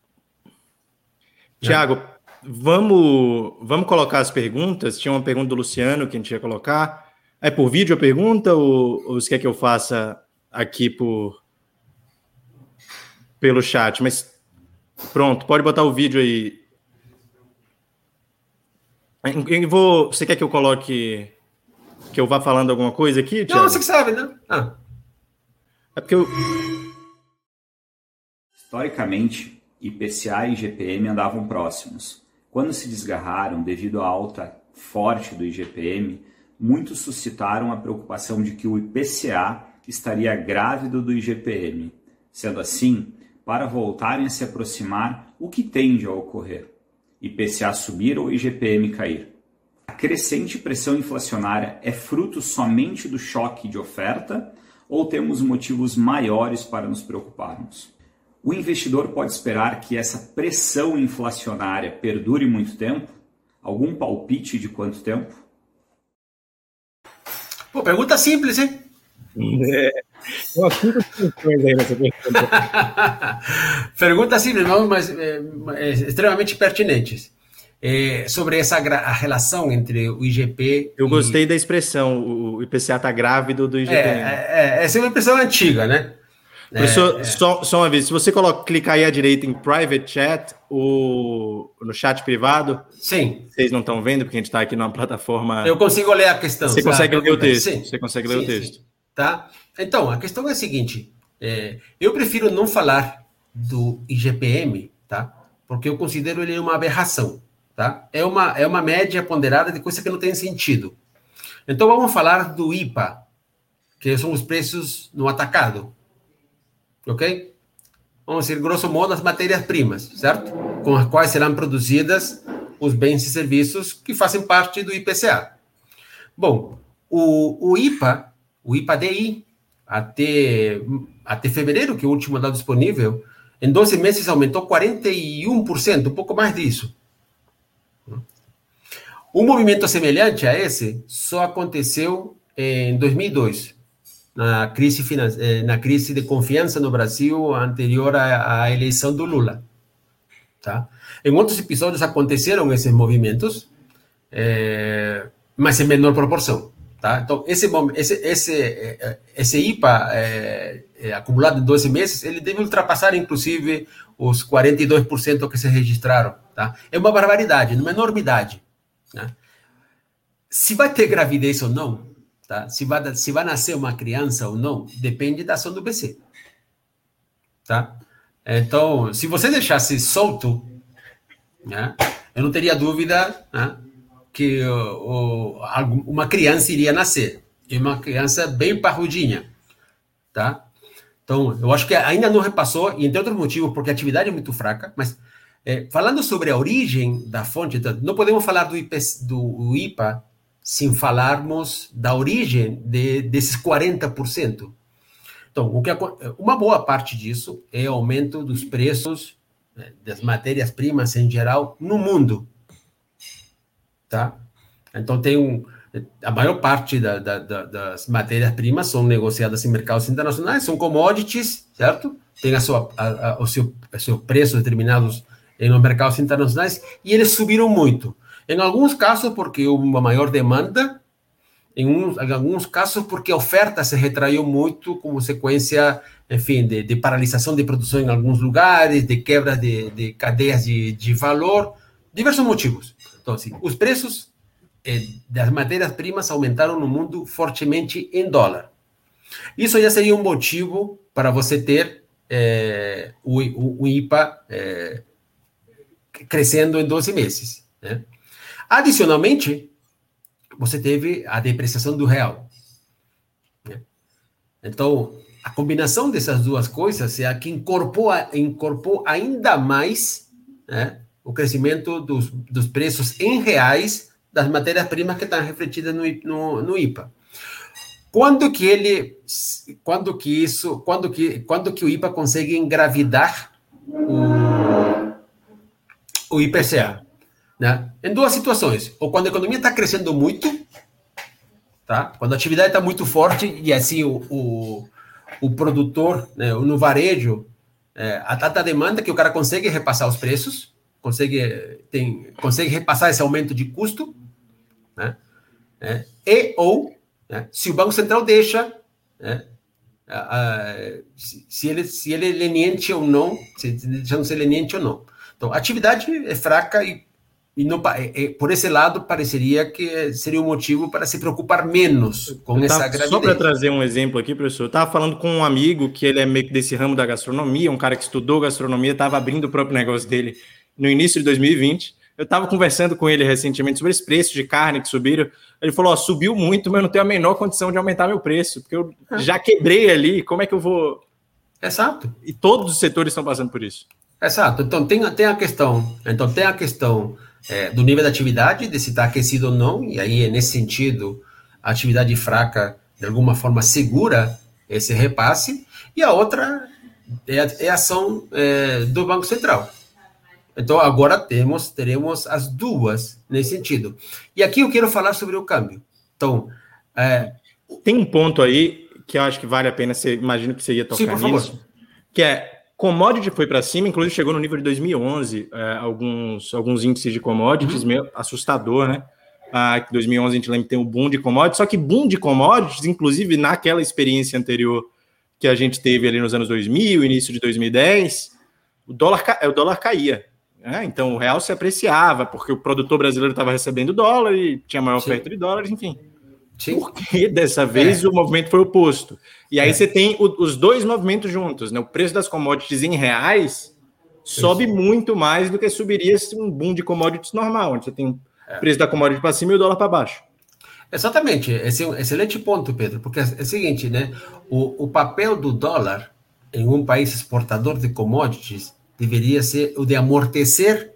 Tiago, vamos colocar as perguntas. Tinha uma pergunta do Luciano que a gente ia colocar. É por vídeo a pergunta ou você quer que eu faça aqui pelo chat? Mas pronto, pode botar o vídeo aí. Você quer que eu coloque, que eu vá falando alguma coisa aqui, Tiago?
Não, você que sabe, né?
É porque
Historicamente, IPCA e IGPM andavam próximos. Quando se desgarraram devido à alta forte do IGPM, muitos suscitaram a preocupação de que o IPCA estaria grávido do IGPM. Sendo assim, para voltarem a se aproximar, o que tende a ocorrer? IPCA subir ou IGPM cair? A crescente pressão inflacionária é fruto somente do choque de oferta ou temos motivos maiores para nos preocuparmos? O investidor pode esperar que essa pressão inflacionária perdure muito tempo? Algum palpite de quanto tempo?
Pô, pergunta simples, hein?
Umas 5 questões aí nessa pergunta.
Pergunta simples, não, mas extremamente pertinentes. Sobre a relação entre o IGP
Eu gostei da expressão, o IPCA está grávido do IGPM.
Essa é uma expressão antiga, né?
Professor, só uma vez, se você clicar aí à direita em Private Chat, no chat privado,
sim.
Vocês não estão vendo, porque a gente está aqui numa plataforma...
Eu consigo ler a questão.
Você consegue ler o texto.
Sim.
Você consegue ler o texto.
Sim. Tá? Então, a questão é a seguinte, eu prefiro não falar do IGPM, tá? Porque eu considero ele uma aberração, tá? É uma média ponderada de coisa que não tem sentido. Então, vamos falar do IPA, que são os preços no atacado. Ok? Vamos dizer, grosso modo, as matérias-primas, certo? Com as quais serão produzidas os bens e serviços que fazem parte do IPCA. Bom, o IPA-DI, até fevereiro, que é o último dado disponível, em 12 meses aumentou 41%, um pouco mais disso. Um movimento semelhante a esse só aconteceu em 2002, na crise de confiança no Brasil anterior à eleição do Lula. Tá? Em outros episódios aconteceram esses movimentos, mas em menor proporção. Tá? Então, esse IPA acumulado em 12 meses, ele deve ultrapassar, inclusive, os 42% que se registraram. Tá? É uma barbaridade, uma enormidade. Né? Se vai ter gravidez ou não, tá? Se vai nascer uma criança ou não, depende da ação do BC. Tá? Então, se você deixasse solto, né, eu não teria dúvida, né, que uma criança iria nascer. E uma criança bem parrudinha. Tá? Então, eu acho que ainda não repassou, e entre outros motivos, porque a atividade é muito fraca, mas falando sobre a origem da fonte, não podemos falar do IPA sem falarmos da origem desses 40%. Então, uma boa parte disso é o aumento dos preços das matérias-primas em geral no mundo. Tá? Então, a maior parte das matérias-primas são negociadas em mercados internacionais, são commodities, certo? Tem o seu preço determinados nos mercados internacionais, e eles subiram muito. Em alguns casos, porque houve uma maior demanda, em alguns casos, porque a oferta se retraiu muito, como sequência, enfim, de paralisação de produção em alguns lugares, de quebra de cadeias de valor, diversos motivos. Então, assim, os preços das matérias-primas aumentaram no mundo fortemente em dólar. Isso já seria um motivo para você ter o IPA crescendo em 12 meses. Né? Adicionalmente, você teve a depreciação do real. Né? Então, a combinação dessas duas coisas é a que incorporou ainda mais, né, o crescimento dos preços em reais das matérias-primas que estão refletidas no IPA. Quando que o IPA consegue engravidar o IPCA? Né? Em duas situações. Ou quando a economia está crescendo muito, tá? Quando a atividade está muito forte e assim o produtor, né, no varejo, a tanta demanda que o cara consegue repassar os preços, consegue repassar esse aumento de custo, né? Né, se o Banco Central deixa, né, se ele é leniente ou não, se deixando ser leniente ou não. Então, a atividade é fraca e não, por esse lado, pareceria que seria um motivo para se preocupar menos com essa gravidez.
Só para trazer um exemplo aqui, professor, eu estava falando com um amigo que ele é meio que desse ramo da gastronomia, um cara que estudou gastronomia, estava abrindo o próprio negócio dele no início de 2020, Eu estava conversando com ele recentemente sobre esse preço de carne que subiram. Ele falou, subiu muito, mas eu não tenho a menor condição de aumentar meu preço, porque eu já quebrei ali, como é que eu vou...
Exato.
E todos os setores estão passando por isso.
Exato. Então, tem a questão do nível de atividade, de se está aquecido ou não, e aí, nesse sentido, a atividade fraca, de alguma forma, segura esse repasse, e a outra é a ação do Banco Central. Então, agora teremos as duas nesse sentido. E aqui eu quero falar sobre o câmbio. Então,
tem um ponto aí que eu acho que vale a pena, imagino que você ia tocar nisso, favor. Que commodity foi para cima, inclusive chegou no nível de 2011, alguns índices de commodities, meio assustador, né? Em 2011 a gente lembra que tem um boom de commodities, só que boom de commodities, inclusive naquela experiência anterior que a gente teve ali nos anos 2000, início de 2010, o dólar caía. Então o real se apreciava, porque o produtor brasileiro estava recebendo dólar e tinha maior oferta de dólares, enfim. Sim. Porque dessa vez o movimento foi oposto. E aí você tem os dois movimentos juntos, né? O preço das commodities em reais sobe muito mais do que subiria um boom de commodities normal, onde você tem o preço da commodity para cima e o dólar para baixo.
Exatamente. Esse é um excelente ponto, Pedro, porque é o seguinte, né? O papel do dólar em um país exportador de commodities deveria ser o de amortecer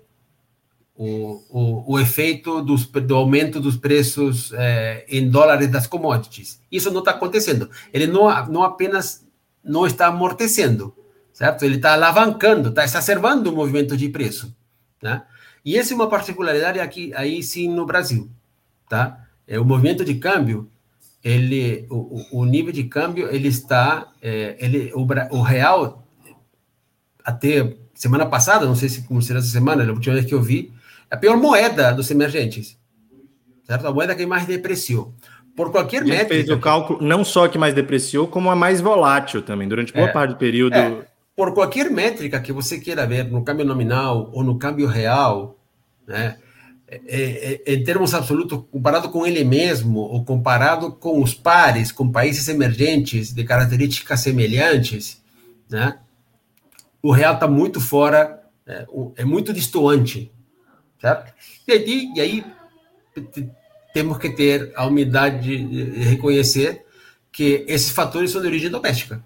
o efeito do aumento dos preços em dólares das commodities. Isso não está acontecendo. Ele não apenas não está amortecendo, certo? Ele está alavancando, está exacerbando o movimento de preço, né? E essa é uma particularidade aqui, aí sim, no Brasil, tá? O movimento de câmbio, o nível de câmbio, ele está, o real, até semana passada, não sei se como será essa semana, a última vez que eu vi, a pior moeda dos emergentes, certo? A moeda que mais depreciou. Por qualquer métrica...
fez o cálculo, não só que mais depreciou, como a mais volátil também, durante boa parte do período...
por qualquer métrica que você queira ver, no câmbio nominal ou no câmbio real, né? Em termos absolutos, comparado com ele mesmo, ou comparado com os pares, com países emergentes de características semelhantes, né? O real está muito fora, é muito distoante, certo? E aí temos que ter a humildade de reconhecer que esses fatores são de origem doméstica,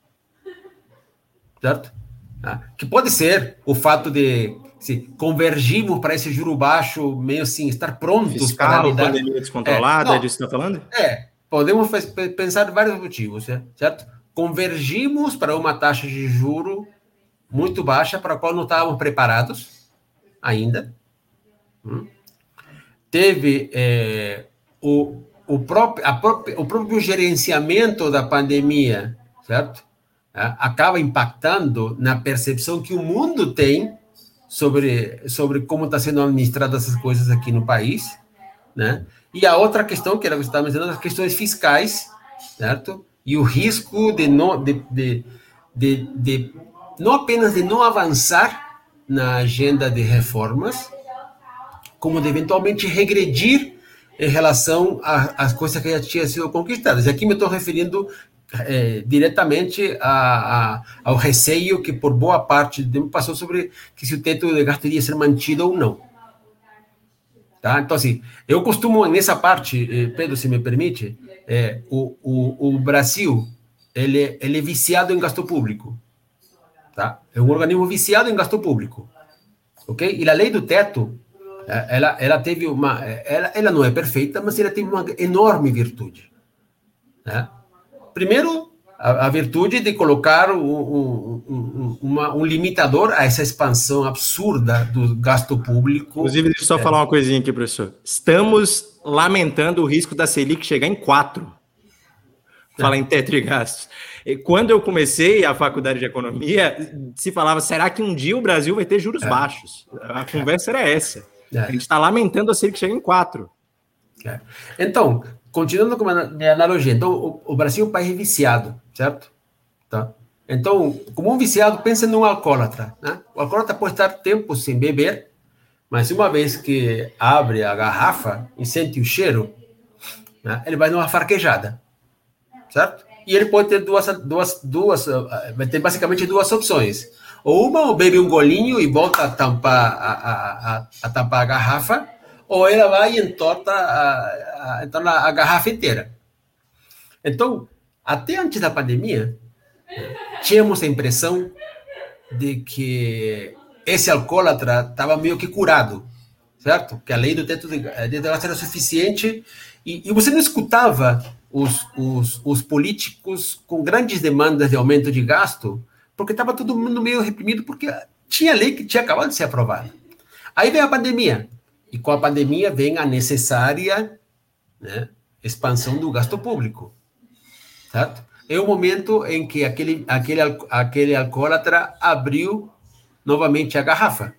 certo? Que pode ser o fato de convergirmos para esse juro baixo, meio assim, estar prontos
fiscal,
para lidar...
pandemia descontrolada, é disso que você está falando?
Podemos pensar em vários motivos, certo? Convergimos para uma taxa de juro muito baixa, para a qual não estávamos preparados ainda. Teve o próprio gerenciamento da pandemia, certo? Acaba impactando na percepção que o mundo tem sobre como está sendo administradas essas coisas aqui no país, né? E a outra questão, que era que você estava mencionando, as questões fiscais, certo? E o risco de não apenas de não avançar na agenda de reformas, como de eventualmente regredir em relação às coisas que já tinham sido conquistadas. E aqui me estou referindo diretamente ao receio que por boa parte do tempo passou sobre que se o teto de gasto iria ser mantido ou não. Tá? Então, assim, eu costumo, nessa parte, Pedro, se me permite, o Brasil, ele é viciado em gasto público. Tá? É um organismo viciado em gasto público. Ok? E a lei do teto, ela teve ela não é perfeita, mas ela tem uma enorme virtude. Né? Primeiro, a virtude de colocar um limitador a essa expansão absurda do gasto público.
Inclusive, deixa eu só falar uma coisinha aqui, professor. Estamos lamentando o risco da Selic chegar em 4. Fala em teto de gastos. Quando eu comecei a faculdade de economia, se falava, será que um dia o Brasil vai ter juros baixos? A conversa era essa. A gente está lamentando a Selic chegar em 4.
Então, continuando com a minha analogia, então o Brasil é um país viciado, certo? Tá? Então, como um viciado, pensa num alcoólatra. Né? O alcoólatra pode estar tempo sem beber, mas uma vez que abre a garrafa e sente o cheiro, né, ele vai numa farquejada, certo? E ele pode ter vai ter basicamente duas opções. Ou uma, ou bebe um golinho e volta a tampar a tampar a garrafa, ou ela vai e entorta a garrafa inteira. Então, até antes da pandemia, tínhamos a impressão de que esse alcoólatra estava meio que curado, certo? Que a lei do teto de gasto era suficiente e você não escutava os políticos com grandes demandas de aumento de gasto, porque estava todo mundo meio reprimido, porque tinha lei que tinha acabado de ser aprovada. Aí vem a pandemia, e com a pandemia vem a necessária, né, expansão do gasto público, certo? É o momento em que aquele alcoólatra abriu novamente a garrafa,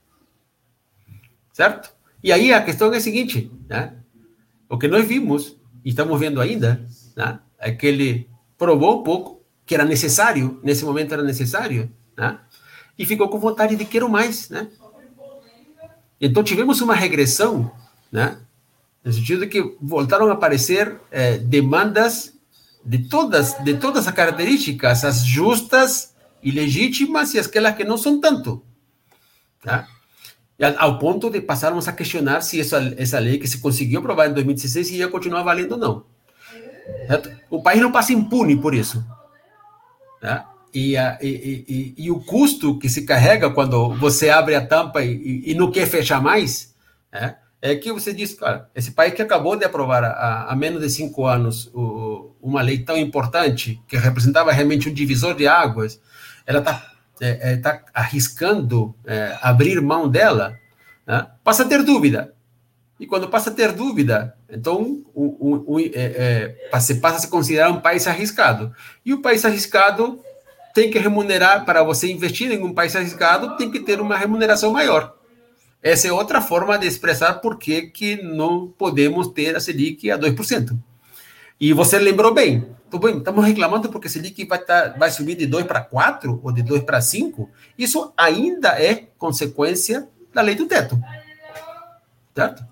certo? E aí a questão é a seguinte, né? O que nós vimos, e estamos vendo ainda, né, é que ele provou um pouco que era necessário, nesse momento era necessário, né? E ficou com vontade de quero mais, né? Então tivemos uma regressão, né? No sentido de que voltaram a aparecer demandas de todas as características, as justas e legítimas e aquelas que não são tanto, tá? Ao ponto de passarmos a questionar se essa lei que se conseguiu aprovar em 2016 ia continuar valendo ou não. Certo? O país não passa impune por isso. Tá? E o custo que se carrega quando você abre a tampa e não quer fechar mais, né? É que você diz, cara, esse país que acabou de aprovar há menos de 5 anos uma lei tão importante, que representava realmente um divisor de águas, ela está arriscando abrir mão dela, né? Passa a ter dúvida. E quando passa a ter dúvida, então você passa a se considerar um país arriscado. E o país arriscado tem que remunerar, para você investir em um país arriscado, tem que ter uma remuneração maior. Essa é outra forma de expressar por que não podemos ter a Selic a 2%. E você lembrou bem, estamos reclamando porque a Selic vai subir de 2 para 4 ou de 2 para 5. Isso ainda é consequência da lei do teto. Certo?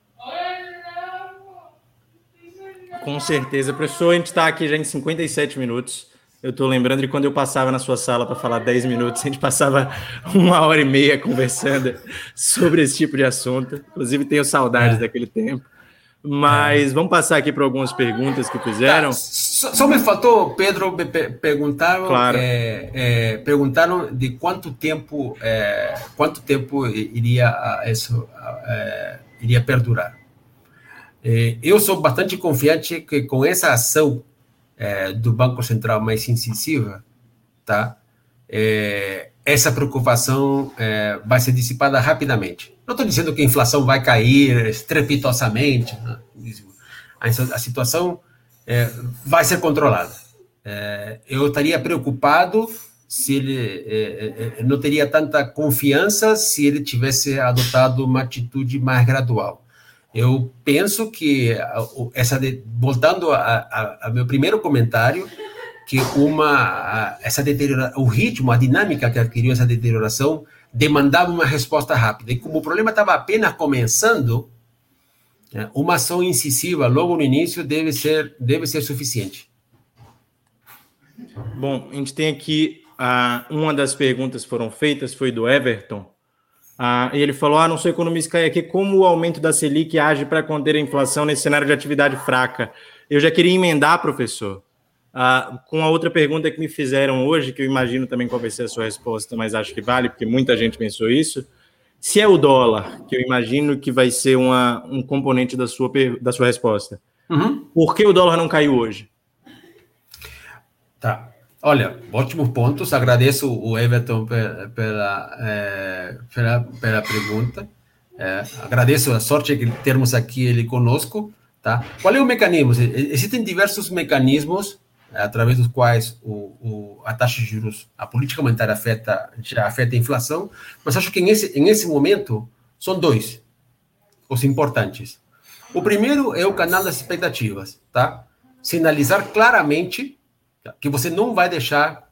Com certeza. Professor, a gente está aqui já em 57 minutos. Eu estou lembrando de quando eu passava na sua sala para falar 10 minutos, a gente passava 1h30 conversando sobre esse tipo de assunto. Inclusive, tenho saudades daquele tempo. Mas vamos passar aqui para algumas perguntas que fizeram.
Só me faltou, Pedro, perguntaram,
claro.
Perguntaram de quanto tempo iria perdurar. Eu sou bastante confiante que com essa ação do Banco Central mais incisiva, tá? Essa preocupação vai ser dissipada rapidamente. Não estou dizendo que a inflação vai cair estrepitosamente, né? A situação vai ser controlada. Eu estaria preocupado se ele não teria tanta confiança se ele tivesse adotado uma atitude mais gradual. Eu penso que, voltando a meu primeiro comentário, que o ritmo, a dinâmica que adquiriu essa deterioração demandava uma resposta rápida. E como o problema estava apenas começando, uma ação incisiva logo no início deve ser suficiente.
Bom, a gente tem aqui, uma das perguntas que foram feitas foi do Everton. E ele falou, não sou economista, aqui, como o aumento da Selic age para conter a inflação nesse cenário de atividade fraca? Eu já queria emendar, professor, com a outra pergunta que me fizeram hoje, que eu imagino também qual vai ser a sua resposta, mas acho que vale, porque muita gente pensou isso. Se é o dólar, que eu imagino que vai ser um componente da sua resposta, por que o dólar não caiu hoje?
Tá. Olha, ótimos pontos. Agradeço o Everton pela pergunta. Agradeço a sorte de termos aqui ele conosco. Tá? Qual é o mecanismo? Existem diversos mecanismos através dos quais a taxa de juros, a política monetária já afeta a inflação, mas acho que em esse momento são dois os importantes. O primeiro é o canal das expectativas, tá? Sinalizar claramente que você não vai deixar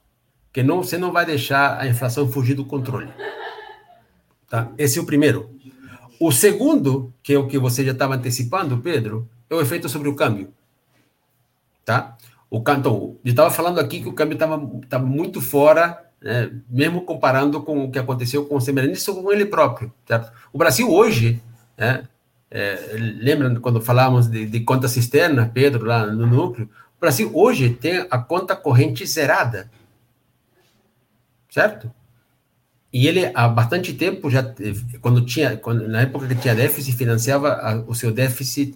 a inflação fugir do controle. Tá? Esse é o primeiro. O segundo, que é o que você já estava antecipando, Pedro, é o efeito sobre o câmbio. Tá? Então, eu estava falando aqui que o câmbio estava muito fora né? Mesmo comparando com o que aconteceu com o Semeranisto ou com ele próprio. Certo? O Brasil hoje, né, lembra quando falávamos de contas externas, Pedro, lá no núcleo, o Brasil hoje tem a conta corrente zerada, certo? E ele, há bastante tempo, já na época que tinha déficit, financiava o seu déficit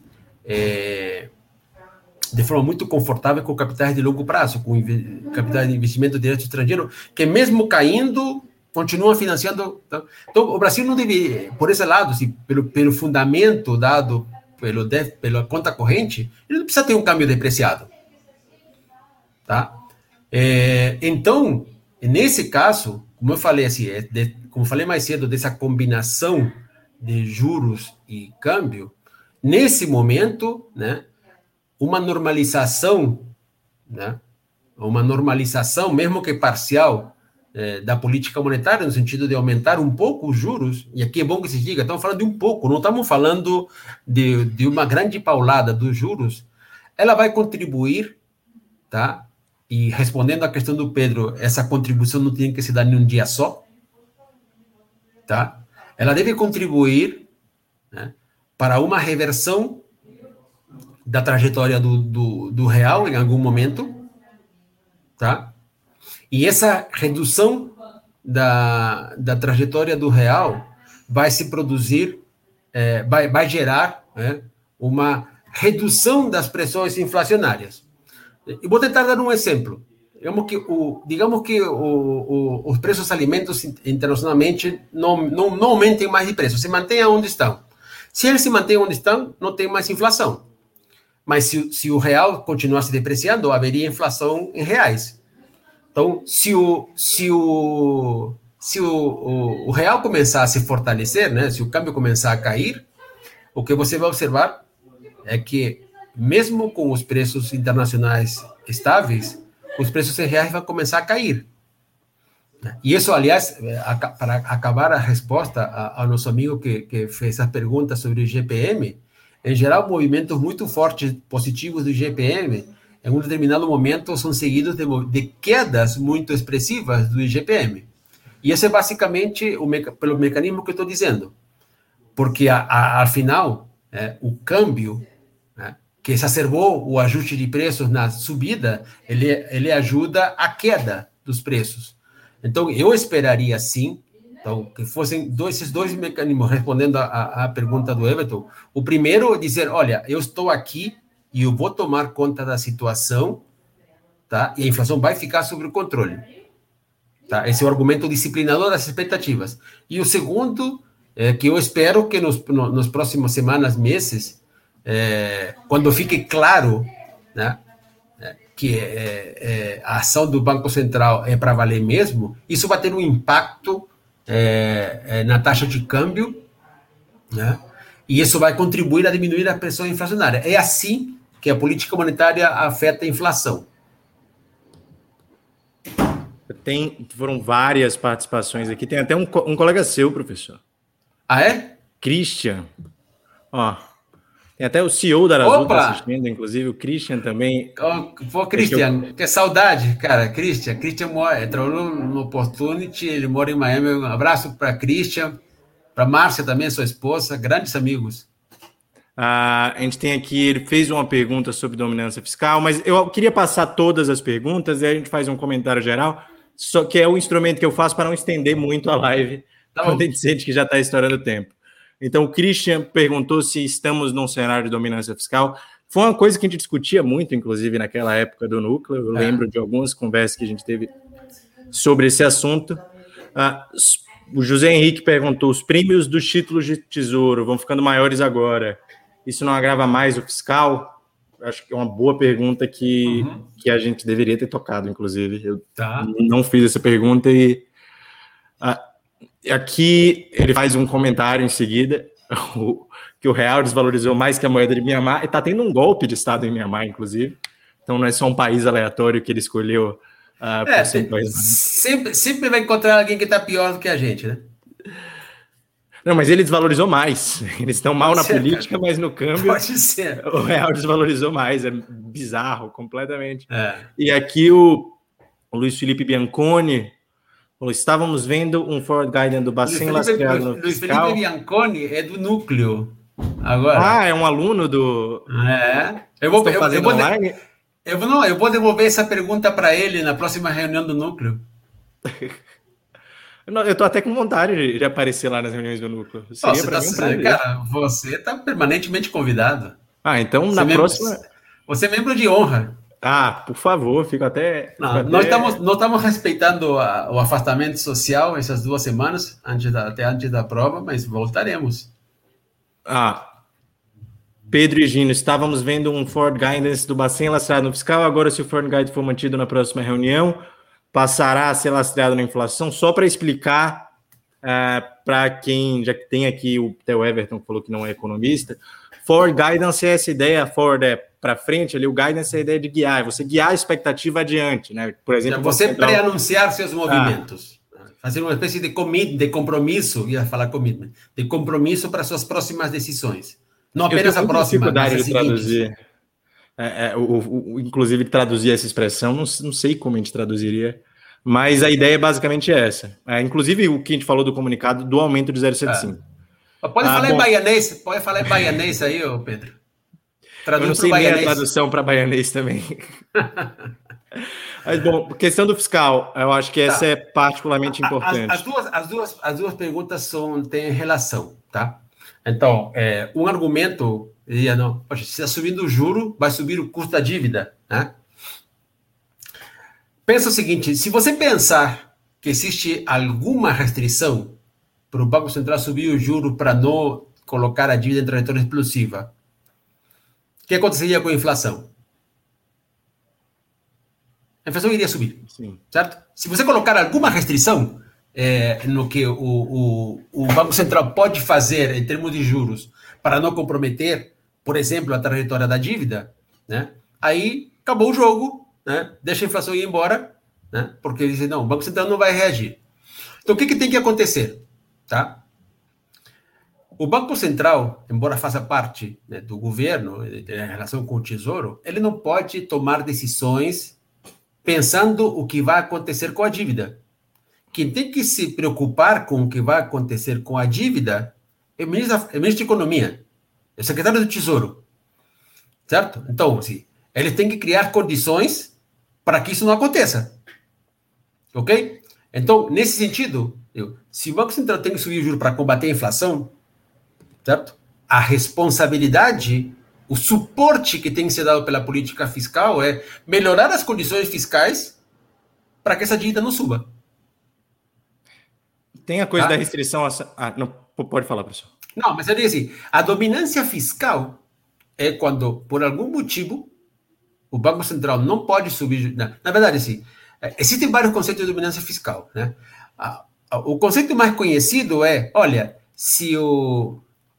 de forma muito confortável com capitais de longo prazo, com capitais de investimento direto estrangeiro, que mesmo caindo, continua financiando. Então, o Brasil não deve, por esse lado, assim, pelo fundamento dado pela conta corrente, ele não precisa ter um câmbio depreciado. Tá? Então, nesse caso, como eu falei, assim, como eu falei mais cedo, dessa combinação de juros e câmbio, nesse momento, né, uma normalização, né, mesmo que parcial, da política monetária, no sentido de aumentar um pouco os juros, e aqui é bom que se diga, estamos falando de um pouco, não estamos falando de uma grande paulada dos juros, ela vai contribuir, tá? E respondendo à questão do Pedro, essa contribuição não tem que se dar em um dia só, tá? Ela deve contribuir, né, para uma reversão da trajetória do real em algum momento, tá? E essa redução da trajetória do real vai se produzir, vai gerar, né, uma redução das pressões inflacionárias. E vou tentar dar um exemplo. Digamos que os preços dos alimentos internacionalmente não aumentem mais de preço, se mantenham onde estão. Se eles se mantêm onde estão, não tem mais inflação. Mas se o real continuar se depreciando, haveria inflação em reais. Então, se o real começar a se fortalecer, né, se o câmbio começar a cair, o que você vai observar é que, mesmo com os preços internacionais estáveis, os preços em reais vão começar a cair. E isso, aliás, para acabar a resposta ao nosso amigo que fez a pergunta sobre o IGPM, em geral, movimentos muito fortes, positivos do IGPM, em um determinado momento, são seguidos de quedas muito expressivas do IGPM. E esse é basicamente pelo mecanismo que eu estou dizendo. Porque, afinal, o câmbio, né, que exacerbou o ajuste de preços na subida, ele ajuda a queda dos preços. Então, eu esperaria, sim, então, que fossem esses dois mecanismos, respondendo à pergunta do Everton. O primeiro, dizer, olha, eu estou aqui e eu vou tomar conta da situação, tá? E a inflação vai ficar sob o controle. Tá? Esse é o argumento disciplinador das expectativas. E o segundo, que eu espero que nos próximos semanas, meses, quando fique claro, né, que a ação do Banco Central é para valer mesmo, isso vai ter um impacto na taxa de câmbio, né? E isso vai contribuir a diminuir a pressão inflacionária. É assim que a política monetária afeta a inflação.
Foram várias participações aqui. Tem até um colega seu, professor.
Ah, é?
Christian. Ó, tem até o CEO da Arazu tá assistindo, inclusive o Christian também.
Pô, Christian, que saudade, cara. Christian trabalhou no Opportunity, ele mora em Miami. Um abraço para Christian, para Márcia também, sua esposa, grandes amigos.
A gente tem aqui, ele fez uma pergunta sobre dominância fiscal, mas eu queria passar todas as perguntas e aí a gente faz um comentário geral, só que é o instrumento que eu faço para não estender muito a live, quando a gente sente que já está estourando o tempo. Então, o Christian perguntou se estamos num cenário de dominância fiscal. Foi uma coisa que a gente discutia muito, inclusive, naquela época do núcleo. Eu lembro de algumas conversas que a gente teve sobre esse assunto. O José Henrique perguntou, os prêmios dos títulos de tesouro vão ficando maiores agora. Isso não agrava mais o fiscal? Acho que é uma boa pergunta que a gente deveria ter tocado, inclusive. Eu não fiz essa pergunta e... Aqui ele faz um comentário em seguida, que o real desvalorizou mais que a moeda de Mianmar, e está tendo um golpe de Estado em Mianmar, inclusive. Então não é só um país aleatório que ele escolheu.
Sempre vai encontrar alguém que está pior do que a gente, né?
Não, mas ele desvalorizou mais. Eles estão mal na política, mas no câmbio
pode ser.
O real desvalorizou mais. É bizarro, completamente. E aqui o Luiz Felipe Bianconi Falou, estávamos vendo um forward guidance do Bacen lastreado no
Luiz
fiscal.
Felipe Bianconi é do núcleo. Agora.
É um aluno do...
Eu vou devolver essa pergunta para ele na próxima reunião do núcleo.
Eu tô até com vontade de aparecer lá nas reuniões do núcleo. Seria para mim um prazer.
Cara, você está permanentemente convidado.
Então na próxima...
Você é membro de honra.
Por favor, fico até...
Nós estamos respeitando o afastamento social essas 2 semanas, até antes da prova, mas voltaremos.
Pedro e Gino, estávamos vendo um forward guidance do Bacen lastreado no fiscal, agora se o forward guidance for mantido na próxima reunião, passará a ser lastreado na inflação. Só para explicar para quem já tem aqui o Theo Everton, que falou que não é economista, forward guidance é essa ideia, forward é para frente, ali o guidance é a ideia de guiar, é você guiar a expectativa adiante, né? Por exemplo,
você pré-anunciar seus movimentos, fazer uma espécie de compromisso, ia falar commitment, de compromisso para suas próximas decisões. Não apenas a próxima, mas a seguinte. Traduzir.
Inclusive, traduzir essa expressão, não sei como a gente traduziria, mas a ideia é basicamente essa. Inclusive, o que a gente falou do comunicado do aumento de 0,75.
Pode falar em baianês? Pode falar em baianês aí, Pedro?
Eu não sei nem a tradução para baianês também. Mas, bom, questão do fiscal, eu acho que essa é particularmente importante.
As duas perguntas têm relação, tá? Então, um argumento, se está subindo o juro, vai subir o custo da dívida, né? Pensa o seguinte, se você pensar que existe alguma restrição para o Banco Central subir o juro para não colocar a dívida em trajetória explosiva, o que aconteceria com a inflação? A inflação iria subir, sim, certo? Se você colocar alguma restrição no que o Banco Central pode fazer em termos de juros para não comprometer, por exemplo, a trajetória da dívida, né? Aí acabou o jogo, né? Deixa a inflação ir embora, né? Porque ele diz, não, o Banco Central não vai reagir. Então, o que tem que acontecer? Tá? O Banco Central, embora faça parte, né, do governo, em relação com o Tesouro, ele não pode tomar decisões pensando o que vai acontecer com a dívida. Quem tem que se preocupar com o que vai acontecer com a dívida é o ministro da Economia, é o secretário do Tesouro. Certo? Então, assim, ele tem que criar condições para que isso não aconteça. Ok? Então, nesse sentido, se o Banco Central tem que subir o juro para combater a inflação, certo? A responsabilidade, o suporte que tem que ser dado pela política fiscal é melhorar as condições fiscais para que essa dívida não suba.
Tem a coisa da restrição... não, pode falar, professor.
Não, mas eu digo assim, a dominância fiscal é quando, por algum motivo, o Banco Central não pode subir... Na verdade, assim, existem vários conceitos de dominância fiscal, né? O conceito mais conhecido é, olha, se o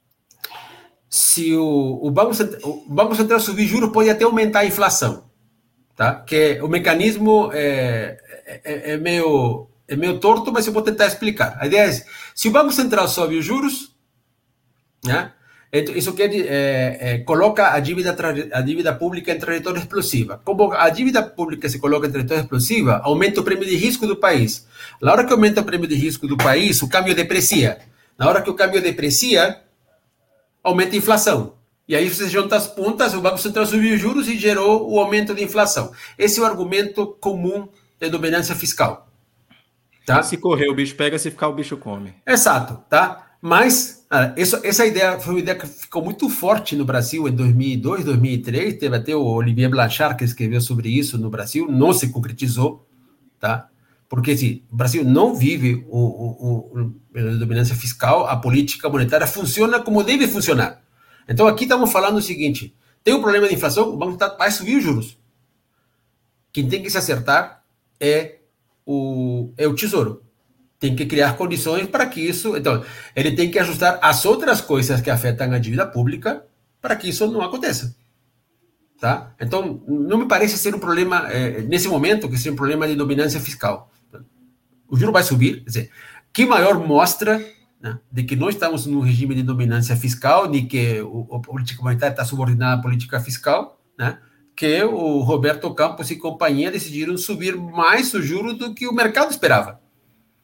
Banco Central subir juros, pode até aumentar a inflação, tá? Que o mecanismo é meio torto, mas eu vou tentar explicar. A ideia é, se o Banco Central sobe os juros, né? Isso coloca a dívida pública em trajetória explosiva. Como a dívida pública se coloca em trajetória explosiva, aumenta o prêmio de risco do país. Na hora que aumenta o prêmio de risco do país, o câmbio deprecia. Na hora que o câmbio deprecia, aumenta a inflação. E aí você junta as pontas, o Banco Central subiu os juros e gerou o aumento de inflação. Esse é o argumento comum de dominância fiscal. Tá?
Se correr o bicho pega, se ficar o bicho come.
Exato, tá? Mas essa ideia foi uma ideia que ficou muito forte no Brasil em 2002, 2003. Teve até o Olivier Blanchard que escreveu sobre isso no Brasil. Não se concretizou, tá? Porque assim, o Brasil não vive a dominância fiscal, a política monetária funciona como deve funcionar. Então aqui estamos falando o seguinte, tem um problema de inflação, o Banco vai subir os juros. Quem tem que se acertar é o Tesouro. Tem que criar condições para que isso... Então, ele tem que ajustar as outras coisas que afetam a dívida pública para que isso não aconteça. Tá? Então, não me parece ser um problema, nesse momento, que seja um problema de dominância fiscal. O juro vai subir, quer dizer, que maior mostra, né, de que não estamos num regime de dominância fiscal, de que a política monetária está subordinada à política fiscal, né, que o Roberto Campos e companhia decidiram subir mais o juro do que o mercado esperava.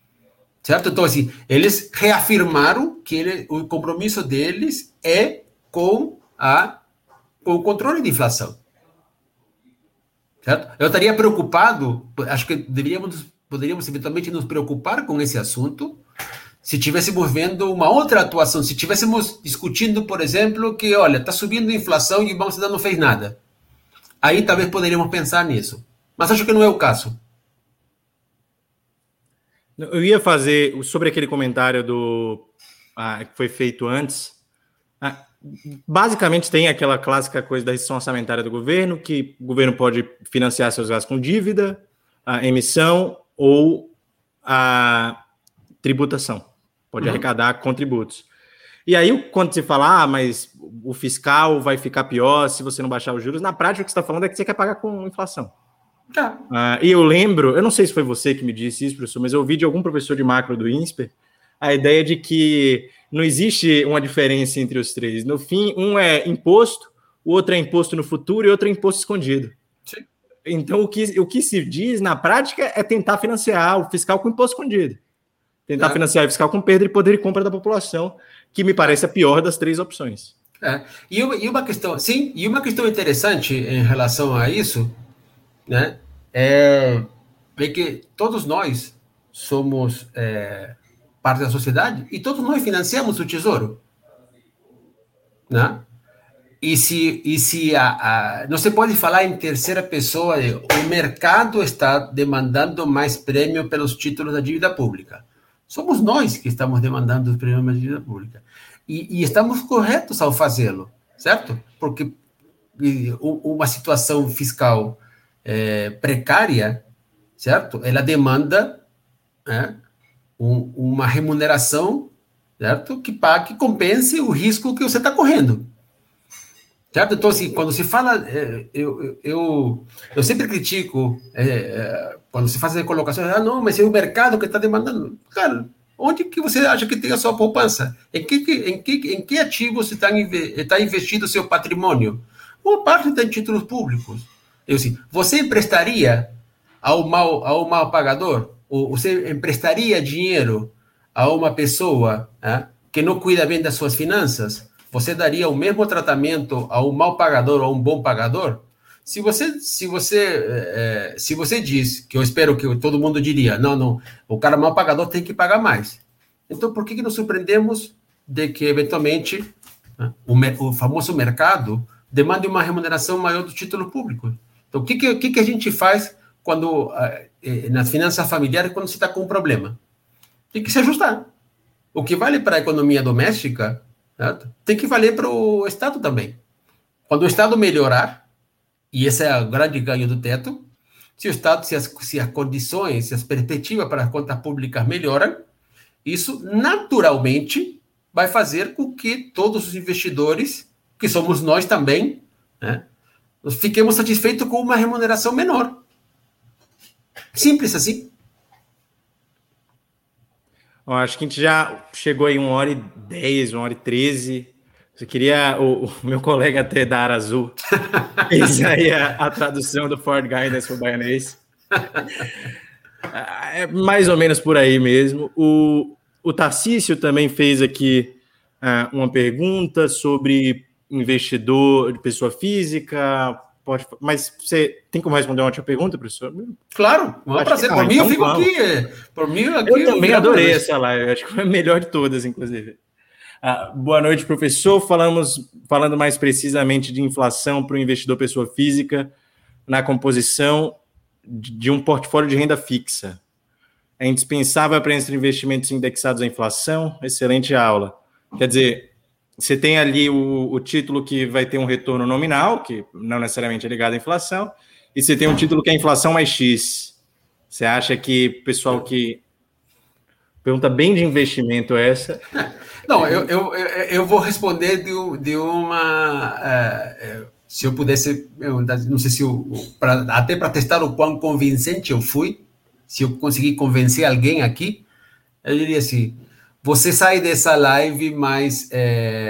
certo? Então, assim, eles reafirmaram que o compromisso deles é com o controle de inflação, certo? Eu estaria preocupado, acho que poderíamos eventualmente nos preocupar com esse assunto se estivéssemos vendo uma outra atuação, se estivéssemos discutindo, por exemplo, que, olha, está subindo a inflação e o Banco Central não fez nada. Aí talvez poderíamos pensar nisso. Mas acho que não é o caso.
Eu ia fazer sobre aquele comentário que foi feito antes. Basicamente tem aquela clássica coisa da restrição orçamentária do governo, que o governo pode financiar seus gastos com dívida, a emissão ou a tributação. Pode arrecadar contributos. E aí, quando você fala, mas o fiscal vai ficar pior se você não baixar os juros, na prática o que você está falando é que você quer pagar com inflação. E eu lembro, eu não sei se foi você que me disse isso, professor, mas eu ouvi de algum professor de macro do INSPER a ideia de que não existe uma diferença entre os três. No fim, um é imposto, o outro é imposto no futuro e outro é imposto escondido. Sim. Então, o que se diz na prática é tentar financiar o fiscal com imposto escondido. Tentar financiar o fiscal com perda de poder de compra da população, que me parece a pior das três opções.
E uma questão interessante em relação a isso, né, é que todos nós somos parte da sociedade e todos nós financiamos o tesouro, né? E se não se pode falar em terceira pessoa, o mercado está demandando mais prêmio pelos títulos da dívida pública. Somos nós que estamos demandando os prêmios da dívida pública. E estamos corretos ao fazê-lo, certo? Porque uma situação fiscal precária, certo? Ela demanda uma remuneração, certo? Que compense o risco que você está correndo. Certo? Então, assim, quando se fala, eu sempre critico quando se faz a colocação, não, mas é o mercado que está demandando. Cara, onde que você acha que tem a sua poupança? Em que ativos está investido o seu patrimônio? Boa parte está em títulos públicos. Assim, você emprestaria ao mal pagador? Ou você emprestaria dinheiro a uma pessoa que não cuida bem das suas finanças? Você daria o mesmo tratamento a um mal pagador ou a um bom pagador? Se você diz, que eu espero que todo mundo diria, não, o cara mal pagador tem que pagar mais. Então, por que nos surpreendemos de que, eventualmente, o famoso mercado demande uma remuneração maior do título público? Então, o que a gente faz quando, nas finanças familiares, quando se está com um problema? Tem que se ajustar. O que vale para a economia doméstica, certo? Tem que valer para o Estado também. Quando o Estado melhorar, e esse é o grande ganho do teto, se o Estado, se as condições, se as perspectivas para as contas públicas melhoram, isso naturalmente vai fazer com que todos os investidores, que somos nós também, fiquemos satisfeitos com uma remuneração menor. Simples assim.
Eu acho que a gente já chegou aí 1h10, 1h13. Eu queria, o meu colega até da Área Azul fez aí a tradução do Forward Guidance para o baianês. É mais ou menos por aí mesmo. O Tarcísio também fez aqui uma pergunta sobre investidor de pessoa física. Mas você tem como responder uma outra pergunta, professor?
Claro, um prazer. Por mim, eu fico aqui. Por mim,
eu também adorei essa live. Acho que foi a melhor de todas, inclusive. Boa noite, professor. Falando mais precisamente de inflação para o investidor pessoa física na composição de um portfólio de renda fixa. É indispensável a presença de investimentos indexados à inflação? Excelente aula. Quer dizer, você tem ali o título que vai ter um retorno nominal, que não necessariamente é ligado à inflação, e você tem um título que é inflação mais X. Você acha que o pessoal que... Pergunta bem de investimento essa...
Não, eu vou responder de uma... se eu pudesse... não sei se até para testar o quão convincente eu fui, se eu conseguir convencer alguém aqui, eu diria assim... Você sai dessa live mais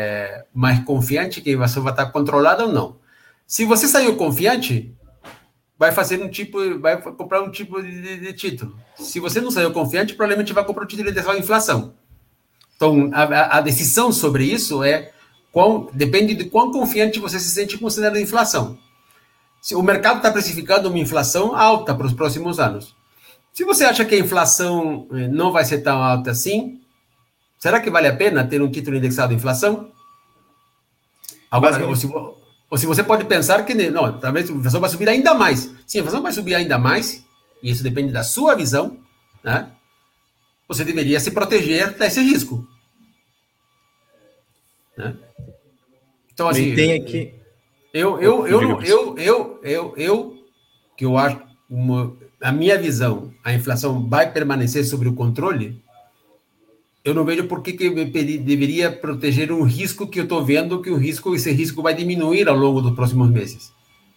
confiante que você vai estar controlado ou não? Se você saiu confiante, vai comprar um tipo de título. Se você não saiu confiante, provavelmente vai comprar um título indexado à inflação. Então, a decisão sobre isso depende de quão confiante você se sente considerando a inflação. Se o mercado está precificando uma inflação alta para os próximos anos. Se você acha que a inflação não vai ser tão alta assim, será que vale a pena ter um título indexado à inflação? Agora, ou se você pode pensar que não, talvez a inflação vai subir ainda mais. Sim, a inflação vai subir ainda mais, e isso depende da sua visão, né? Você deveria se proteger desse risco. Né? Então, assim,
tem aqui...
que eu acho, a minha visão, a inflação vai permanecer sob o controle. Eu não vejo por que deveria proteger um risco que eu estou vendo que esse risco vai diminuir ao longo dos próximos meses.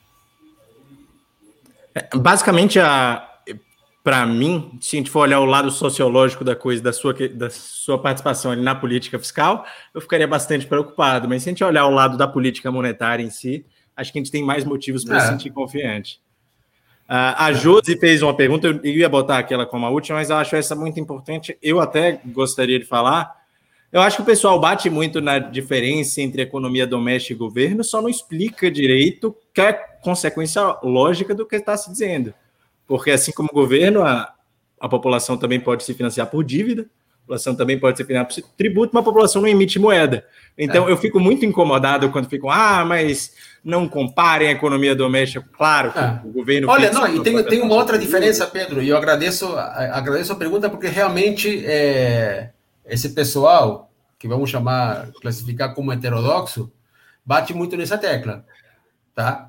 Basicamente, para mim, se a gente for olhar o lado sociológico da coisa, da sua participação ali na política fiscal, eu ficaria bastante preocupado. Mas se a gente olhar o lado da política monetária em si, acho que a gente tem mais motivos para se sentir confiante. A Josi fez uma pergunta, eu ia botar aquela como a última, mas eu acho essa muito importante. Eu até gostaria de falar. Eu acho que o pessoal bate muito na diferença entre economia doméstica e governo, só não explica direito que é consequência lógica do que está se dizendo. Porque assim como o governo, a população também pode se financiar por dívida, a população também pode se financiar por tributo, mas a população não emite moeda. Então, eu fico muito incomodado quando ficam, mas não comparem a economia doméstica. Claro, o governo...
Olha, não, e tem uma outra diferença, Pedro, e eu agradeço a pergunta, porque realmente esse pessoal, que vamos classificar como heterodoxo, bate muito nessa tecla, tá?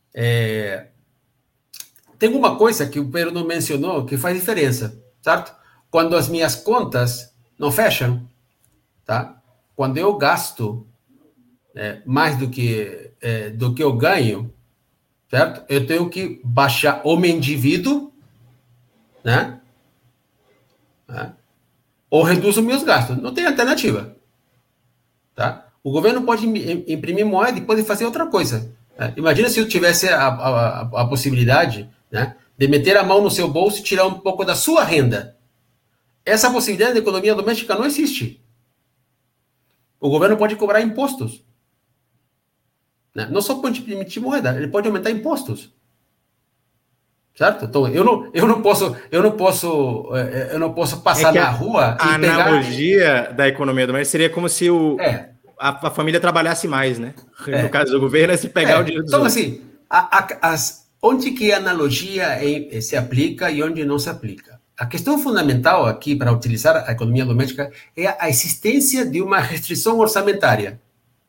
Tem uma coisa que o Pedro não mencionou que faz diferença, certo? Quando as minhas contas não fecham, tá? Quando eu gasto mais do que eu ganho, certo? Eu tenho que baixar ou me endivido, né? Ou reduzo meus gastos. Não tem alternativa, tá? O governo pode imprimir moeda e pode fazer outra coisa. Imagina se eu tivesse a possibilidade, né, de meter a mão no seu bolso e tirar um pouco da sua renda. Essa possibilidade da economia doméstica não existe. O governo pode cobrar impostos. Né? Não só pode emitir moeda, ele pode aumentar impostos. Certo? Então, eu não posso passar na rua
e pegar... A analogia da economia doméstica seria como se a família trabalhasse mais, né? No caso do governo, é se pegar o dinheiro dos outros.
Então, assim, onde que a analogia se aplica e onde não se aplica? A questão fundamental aqui para utilizar a economia doméstica é a existência de uma restrição orçamentária.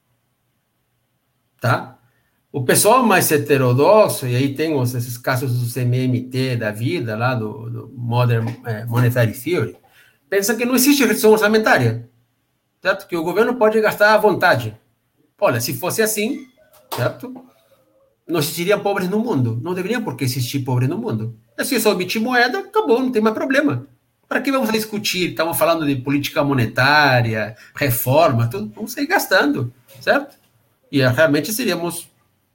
Tá? O pessoal mais heterodoxo, e aí tem esses casos do CMMT da vida, lá do Modern Monetary Theory, pensa que não existe restrição orçamentária. Certo? Que o governo pode gastar à vontade. Olha, se fosse assim, certo? Não existiriam pobres no mundo. Não deveria por que existir pobre no mundo. Se só emitir moeda, acabou, não tem mais problema. Para que vamos discutir? Estamos falando de política monetária, reforma, tudo. Vamos sair gastando, certo? E realmente seríamos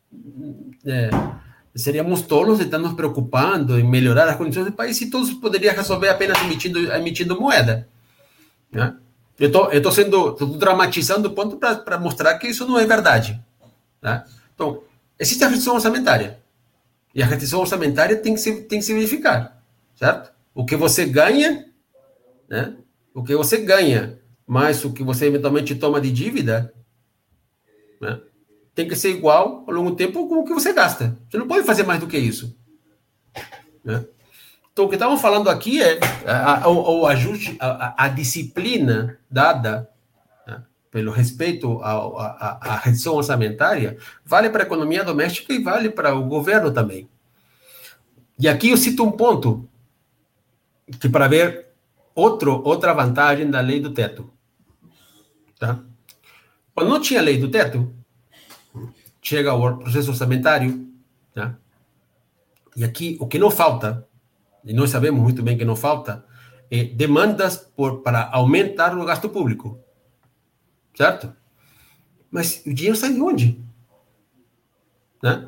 tolos de estar nos preocupando em melhorar as condições do país se todos poderiam resolver apenas emitindo moeda. Né? Eu estou dramatizando o ponto para mostrar que isso não é verdade. Né? Então, existe a restrição orçamentária. E a restrição orçamentária tem que se verificar, certo? O que você ganha, né? O que você ganha, mais o que você eventualmente toma de dívida, né? Tem que ser igual ao longo do tempo com o que você gasta. Você não pode fazer mais do que isso. Né? Então, o que estamos falando aqui é o ajuste, a disciplina dada, né, pelo respeito à restrição orçamentária, vale para a economia doméstica e vale para o governo também. E aqui eu cito um ponto que para ver outra vantagem da lei do teto. Tá? Quando não tinha lei do teto, chega o processo orçamentário, tá? E aqui o que não falta, e nós sabemos muito bem que não falta, é demandas para aumentar o gasto público. Certo? Mas o dinheiro sai de onde? Né?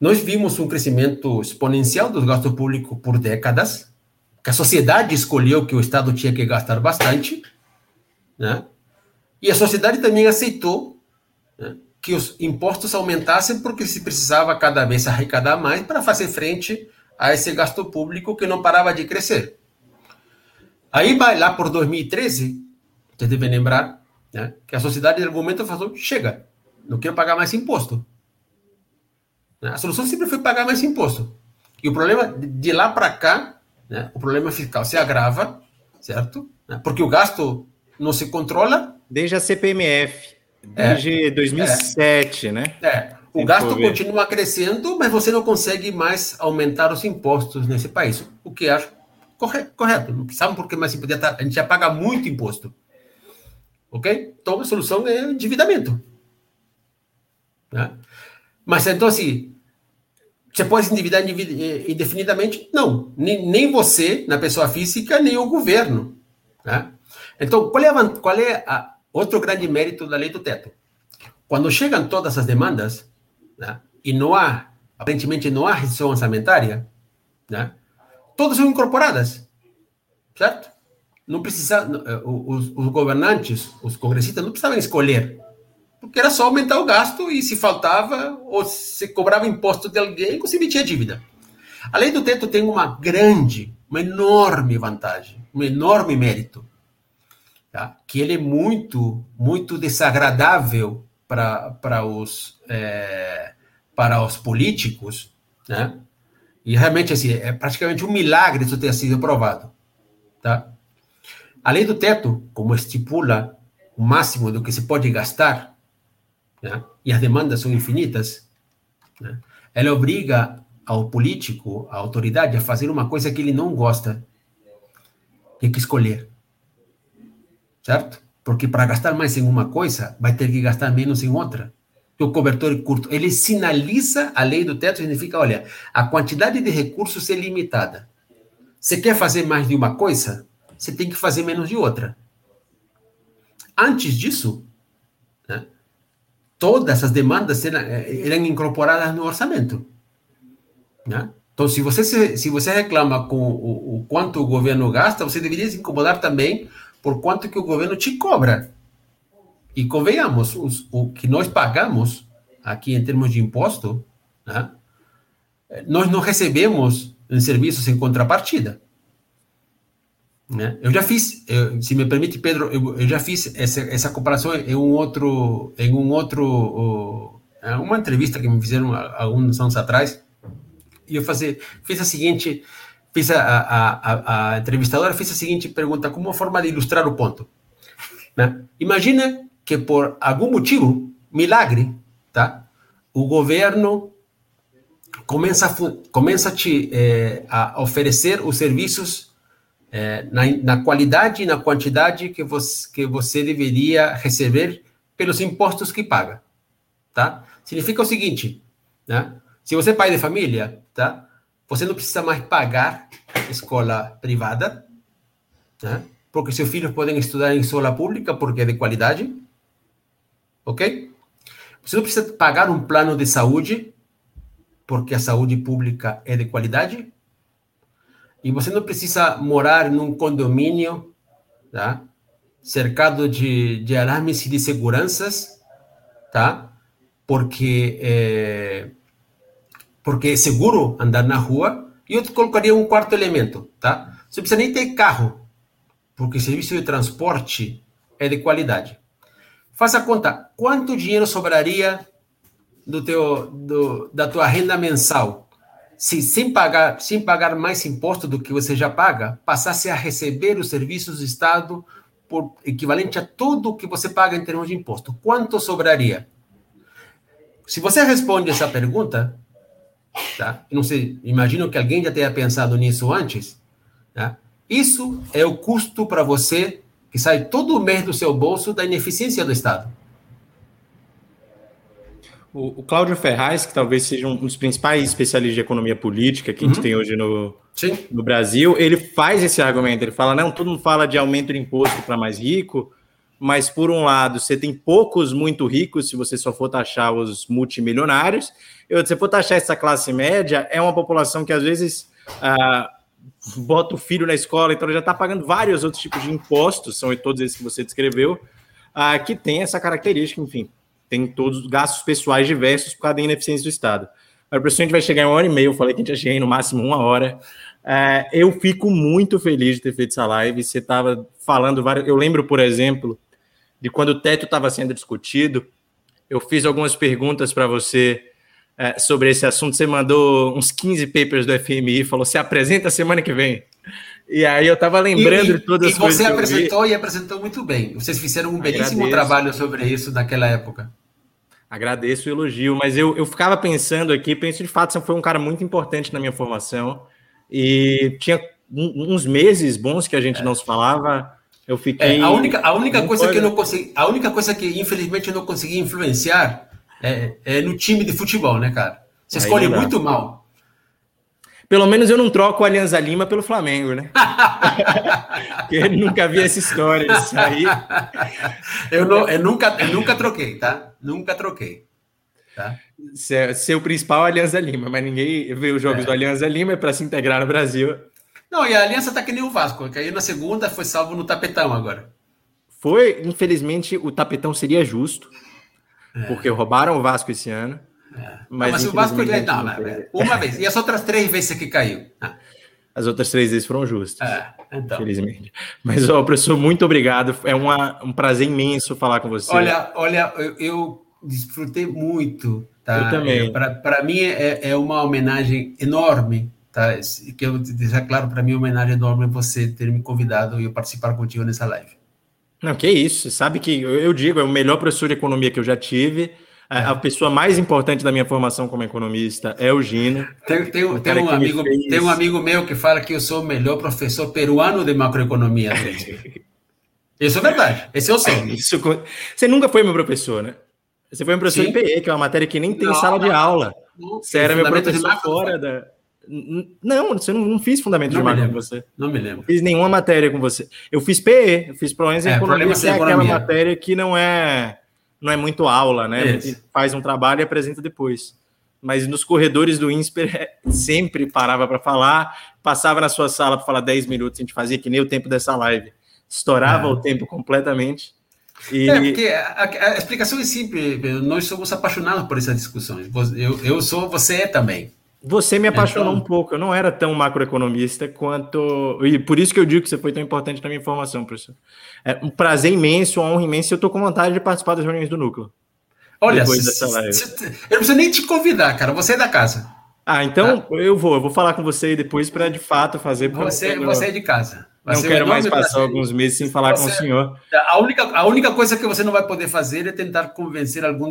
nós vimos um crescimento exponencial do gasto público por décadas, que a sociedade escolheu que o Estado tinha que gastar bastante, né? E a sociedade também aceitou, né, que os impostos aumentassem porque se precisava cada vez arrecadar mais para fazer frente a esse gasto público que não parava de crescer. Aí vai lá por 2013, vocês devem lembrar, né, que a sociedade de algum momento falou, chega, não quero pagar mais imposto. A solução sempre foi pagar mais imposto. E o problema, de lá para cá, né, o problema fiscal se agrava, certo? Porque o gasto não se controla.
Desde a CPMF, desde 2007, né?
O gasto continua crescendo, mas você não consegue mais aumentar os impostos nesse país. O que acho correto. Não sabe por que mais a gente já paga muito imposto. Ok? Então a solução é endividamento. Né? Mas então, assim, você pode se endividar indefinidamente? Não. Nem você, na pessoa física, nem o governo. Né? Então, qual é outro grande mérito da lei do teto? Quando chegam todas as demandas, né, e aparentemente não há restrição orçamentária, né, todas são incorporadas, certo? Não precisa, os governantes, os congressistas não precisavam escolher, porque era só aumentar o gasto e se faltava ou se cobrava imposto de alguém, você emitia dívida. A lei do teto tem uma enorme vantagem, um enorme mérito, tá? Que ele é muito, muito desagradável para os políticos, né? E realmente assim, é praticamente um milagre isso ter sido aprovado, tá? A lei do teto, como estipula o máximo do que se pode gastar, né? E as demandas são infinitas, né? Ela obriga ao político, à autoridade, a fazer uma coisa que ele não gosta, tem que escolher, certo? Porque para gastar mais em uma coisa, vai ter que gastar menos em outra. O cobertor curto, ele sinaliza a lei do teto, significa, olha, a quantidade de recursos é limitada. Você quer fazer mais de uma coisa, você tem que fazer menos de outra. Antes disso, né, todas as demandas eram incorporadas no orçamento. Né? Então, se você reclama com o quanto o governo gasta, você deveria se incomodar também por quanto que o governo te cobra. E convenhamos, o que nós pagamos aqui em termos de imposto, né, nós não recebemos em serviços em contrapartida. Né? Eu já fiz, se me permite, Pedro, eu já fiz essa comparação em uma entrevista que me fizeram há alguns anos atrás, e eu fiz a seguinte, a entrevistadora fez a seguinte pergunta, como uma forma de ilustrar o ponto. Né? Imagina que por algum motivo, milagre, tá? O governo começa a oferecer os serviços na qualidade e na quantidade que você deveria receber pelos impostos que paga, tá? Significa o seguinte, né? Se você é pai de família, tá? Você não precisa mais pagar escola privada, né? Porque seus filhos podem estudar em escola pública porque é de qualidade, ok? Você não precisa pagar um plano de saúde porque a saúde pública é de qualidade. E você não precisa morar num condomínio, tá? Cercado de alarmes e de seguranças, tá? Porque é seguro andar na rua. E eu colocaria um quarto elemento, tá? Você não precisa nem ter carro, porque o serviço de transporte é de qualidade. Faça a conta, quanto dinheiro sobraria da tua renda mensal se sem pagar mais imposto do que você já paga, passasse a receber os serviços do Estado por equivalente a tudo o que você paga em termos de imposto? Quanto sobraria? Se você responde essa pergunta, tá? Não sei, imagino que alguém já tenha pensado nisso antes, tá? Isso é o custo para você que sai todo mês do seu bolso da ineficiência do Estado.
O Cláudio Ferraz, que talvez seja um dos principais especialistas de economia política que a gente tem hoje no Brasil, ele faz esse argumento, ele fala, não, todo mundo fala de aumento de imposto para mais rico, mas por um lado você tem poucos muito ricos, se você só for taxar os multimilionários, e se você for taxar essa classe média, é uma população que às vezes bota o filho na escola, então já está pagando vários outros tipos de impostos, são todos esses que você descreveu, que tem essa característica, enfim, tem todos os gastos pessoais diversos por causa da ineficiência do Estado. Mas, professor, a gente vai chegar em 1h30, eu falei que a gente ia chegar em no máximo 1 hora. Eu fico muito feliz de ter feito essa live, você estava falando várias... Eu lembro, por exemplo, de quando o teto estava sendo discutido, eu fiz algumas perguntas para você sobre esse assunto, você mandou uns 15 papers do FMI, falou, se apresenta semana que vem. E aí eu estava lembrando de todas as coisas.
E você apresentou e apresentou muito bem. Vocês fizeram um belíssimo trabalho sobre isso naquela época.
Agradeço o elogio, mas eu ficava pensando aqui, penso de fato, você foi um cara muito importante na minha formação, e tinha uns meses bons que a gente não se falava, eu fiquei...
A única coisa que eu não consegui, a única coisa que infelizmente eu não consegui influenciar é no time de futebol, né, cara? Você escolhe muito mal.
Pelo menos eu não troco o Alianza Lima pelo Flamengo, né? Porque eu nunca vi essa história disso aí.
Eu nunca troquei, tá? Nunca troquei. Tá?
Seu principal é Alianza Lima, mas ninguém vê os jogos do Alianza Lima para se integrar no Brasil.
Não, e a Aliança tá que nem o Vasco, caiu na segunda, foi salvo no tapetão agora.
Foi, infelizmente, o tapetão seria justo, porque roubaram o Vasco esse ano.
Mas o Vasco uma vez, e as outras 3 vezes que caiu.
As outras 3 vezes foram justas,
então.
Infelizmente. Mas, professor, muito obrigado. É um prazer imenso falar com você.
Olha, eu desfrutei muito. Tá?
Eu também.
Para mim é uma homenagem enorme. Tá? Que eu deixar claro, para mim é uma homenagem enorme você ter me convidado e eu participar contigo nessa live.
Não, que isso. Você sabe que eu digo, é o melhor professor de economia que eu já tive. A pessoa mais importante da minha formação como economista é o Gino.
Tem um amigo meu que fala que eu sou o melhor professor peruano de macroeconomia. Isso é verdade. Esse eu sou.
Você nunca foi meu professor, né? Você foi meu professor em PE, que é uma matéria que nem tem sala de aula. Você era meu professor fora da... Não, você não fiz fundamento de macro com você.
Não me lembro.
Não fiz nenhuma matéria com você. Eu fiz PE, eu fiz problemas em economia, que é aquela matéria que não é muito aula, né? Faz um trabalho e apresenta depois. Mas nos corredores do INSPER sempre parava para falar, passava na sua sala para falar 10 minutos, a gente fazia que nem o tempo dessa live. Estourava o tempo completamente.
Porque a explicação é simples, nós somos apaixonados por essas discussões. Eu sou, você é também.
Você me apaixonou um pouco, eu não era tão macroeconomista quanto... E por isso que eu digo que você foi tão importante na minha formação, professor. É um prazer imenso, uma honra imensa, e eu estou com vontade de participar das reuniões do Núcleo.
Olha, eu não preciso nem te convidar, cara, você é da casa.
Então eu vou falar com você depois para de fato fazer...
Você é de casa.
Não quero mais passar alguns meses sem falar com o senhor.
A única coisa que você não vai poder fazer é tentar convencer algum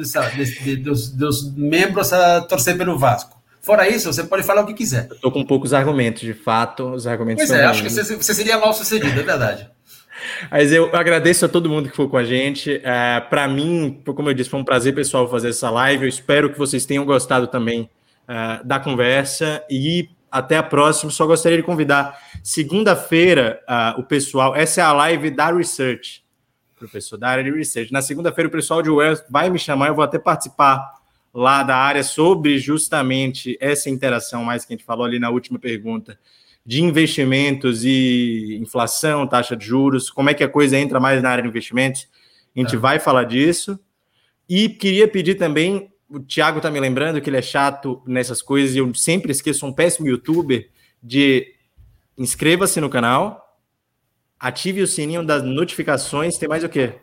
dos membros a torcer pelo Vasco. Fora isso, você pode falar o que quiser.
Eu estou com poucos argumentos, de fato, os argumentos
são... acho que você seria mal sucedido, é verdade.
Mas eu agradeço a todo mundo que foi com a gente. Para mim, como eu disse, foi um prazer pessoal fazer essa live. Eu espero que vocês tenham gostado também da conversa e até a próxima. Só gostaria de convidar, segunda-feira, o pessoal... Essa é a live da Research, professor, da área de Research. Na segunda-feira, o pessoal de Wealth vai me chamar, eu vou até participar lá da área sobre justamente essa interação, mais que a gente falou ali na última pergunta, de investimentos e inflação, taxa de juros, como é que a coisa entra mais na área de investimentos, a gente vai falar disso. E queria pedir também, o Thiago está me lembrando que ele é chato nessas coisas, e eu sempre esqueço, sou um péssimo youtuber, de inscreva-se no canal, ative o sininho das notificações, tem mais o quê?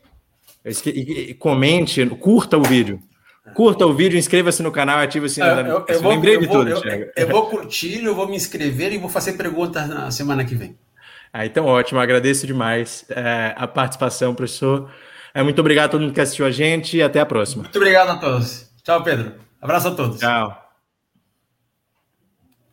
Comente, curta o vídeo. Curta o vídeo, inscreva-se no canal, ative o sininho. Eu lembrei de tudo, Thiago.
Eu vou curtir, eu vou me inscrever e vou fazer perguntas na semana que vem.
Então, ótimo, agradeço demais a participação, professor. Muito obrigado a todo mundo que assistiu a gente e até a próxima.
Muito obrigado a todos. Tchau, Pedro. Abraço a todos.
Tchau.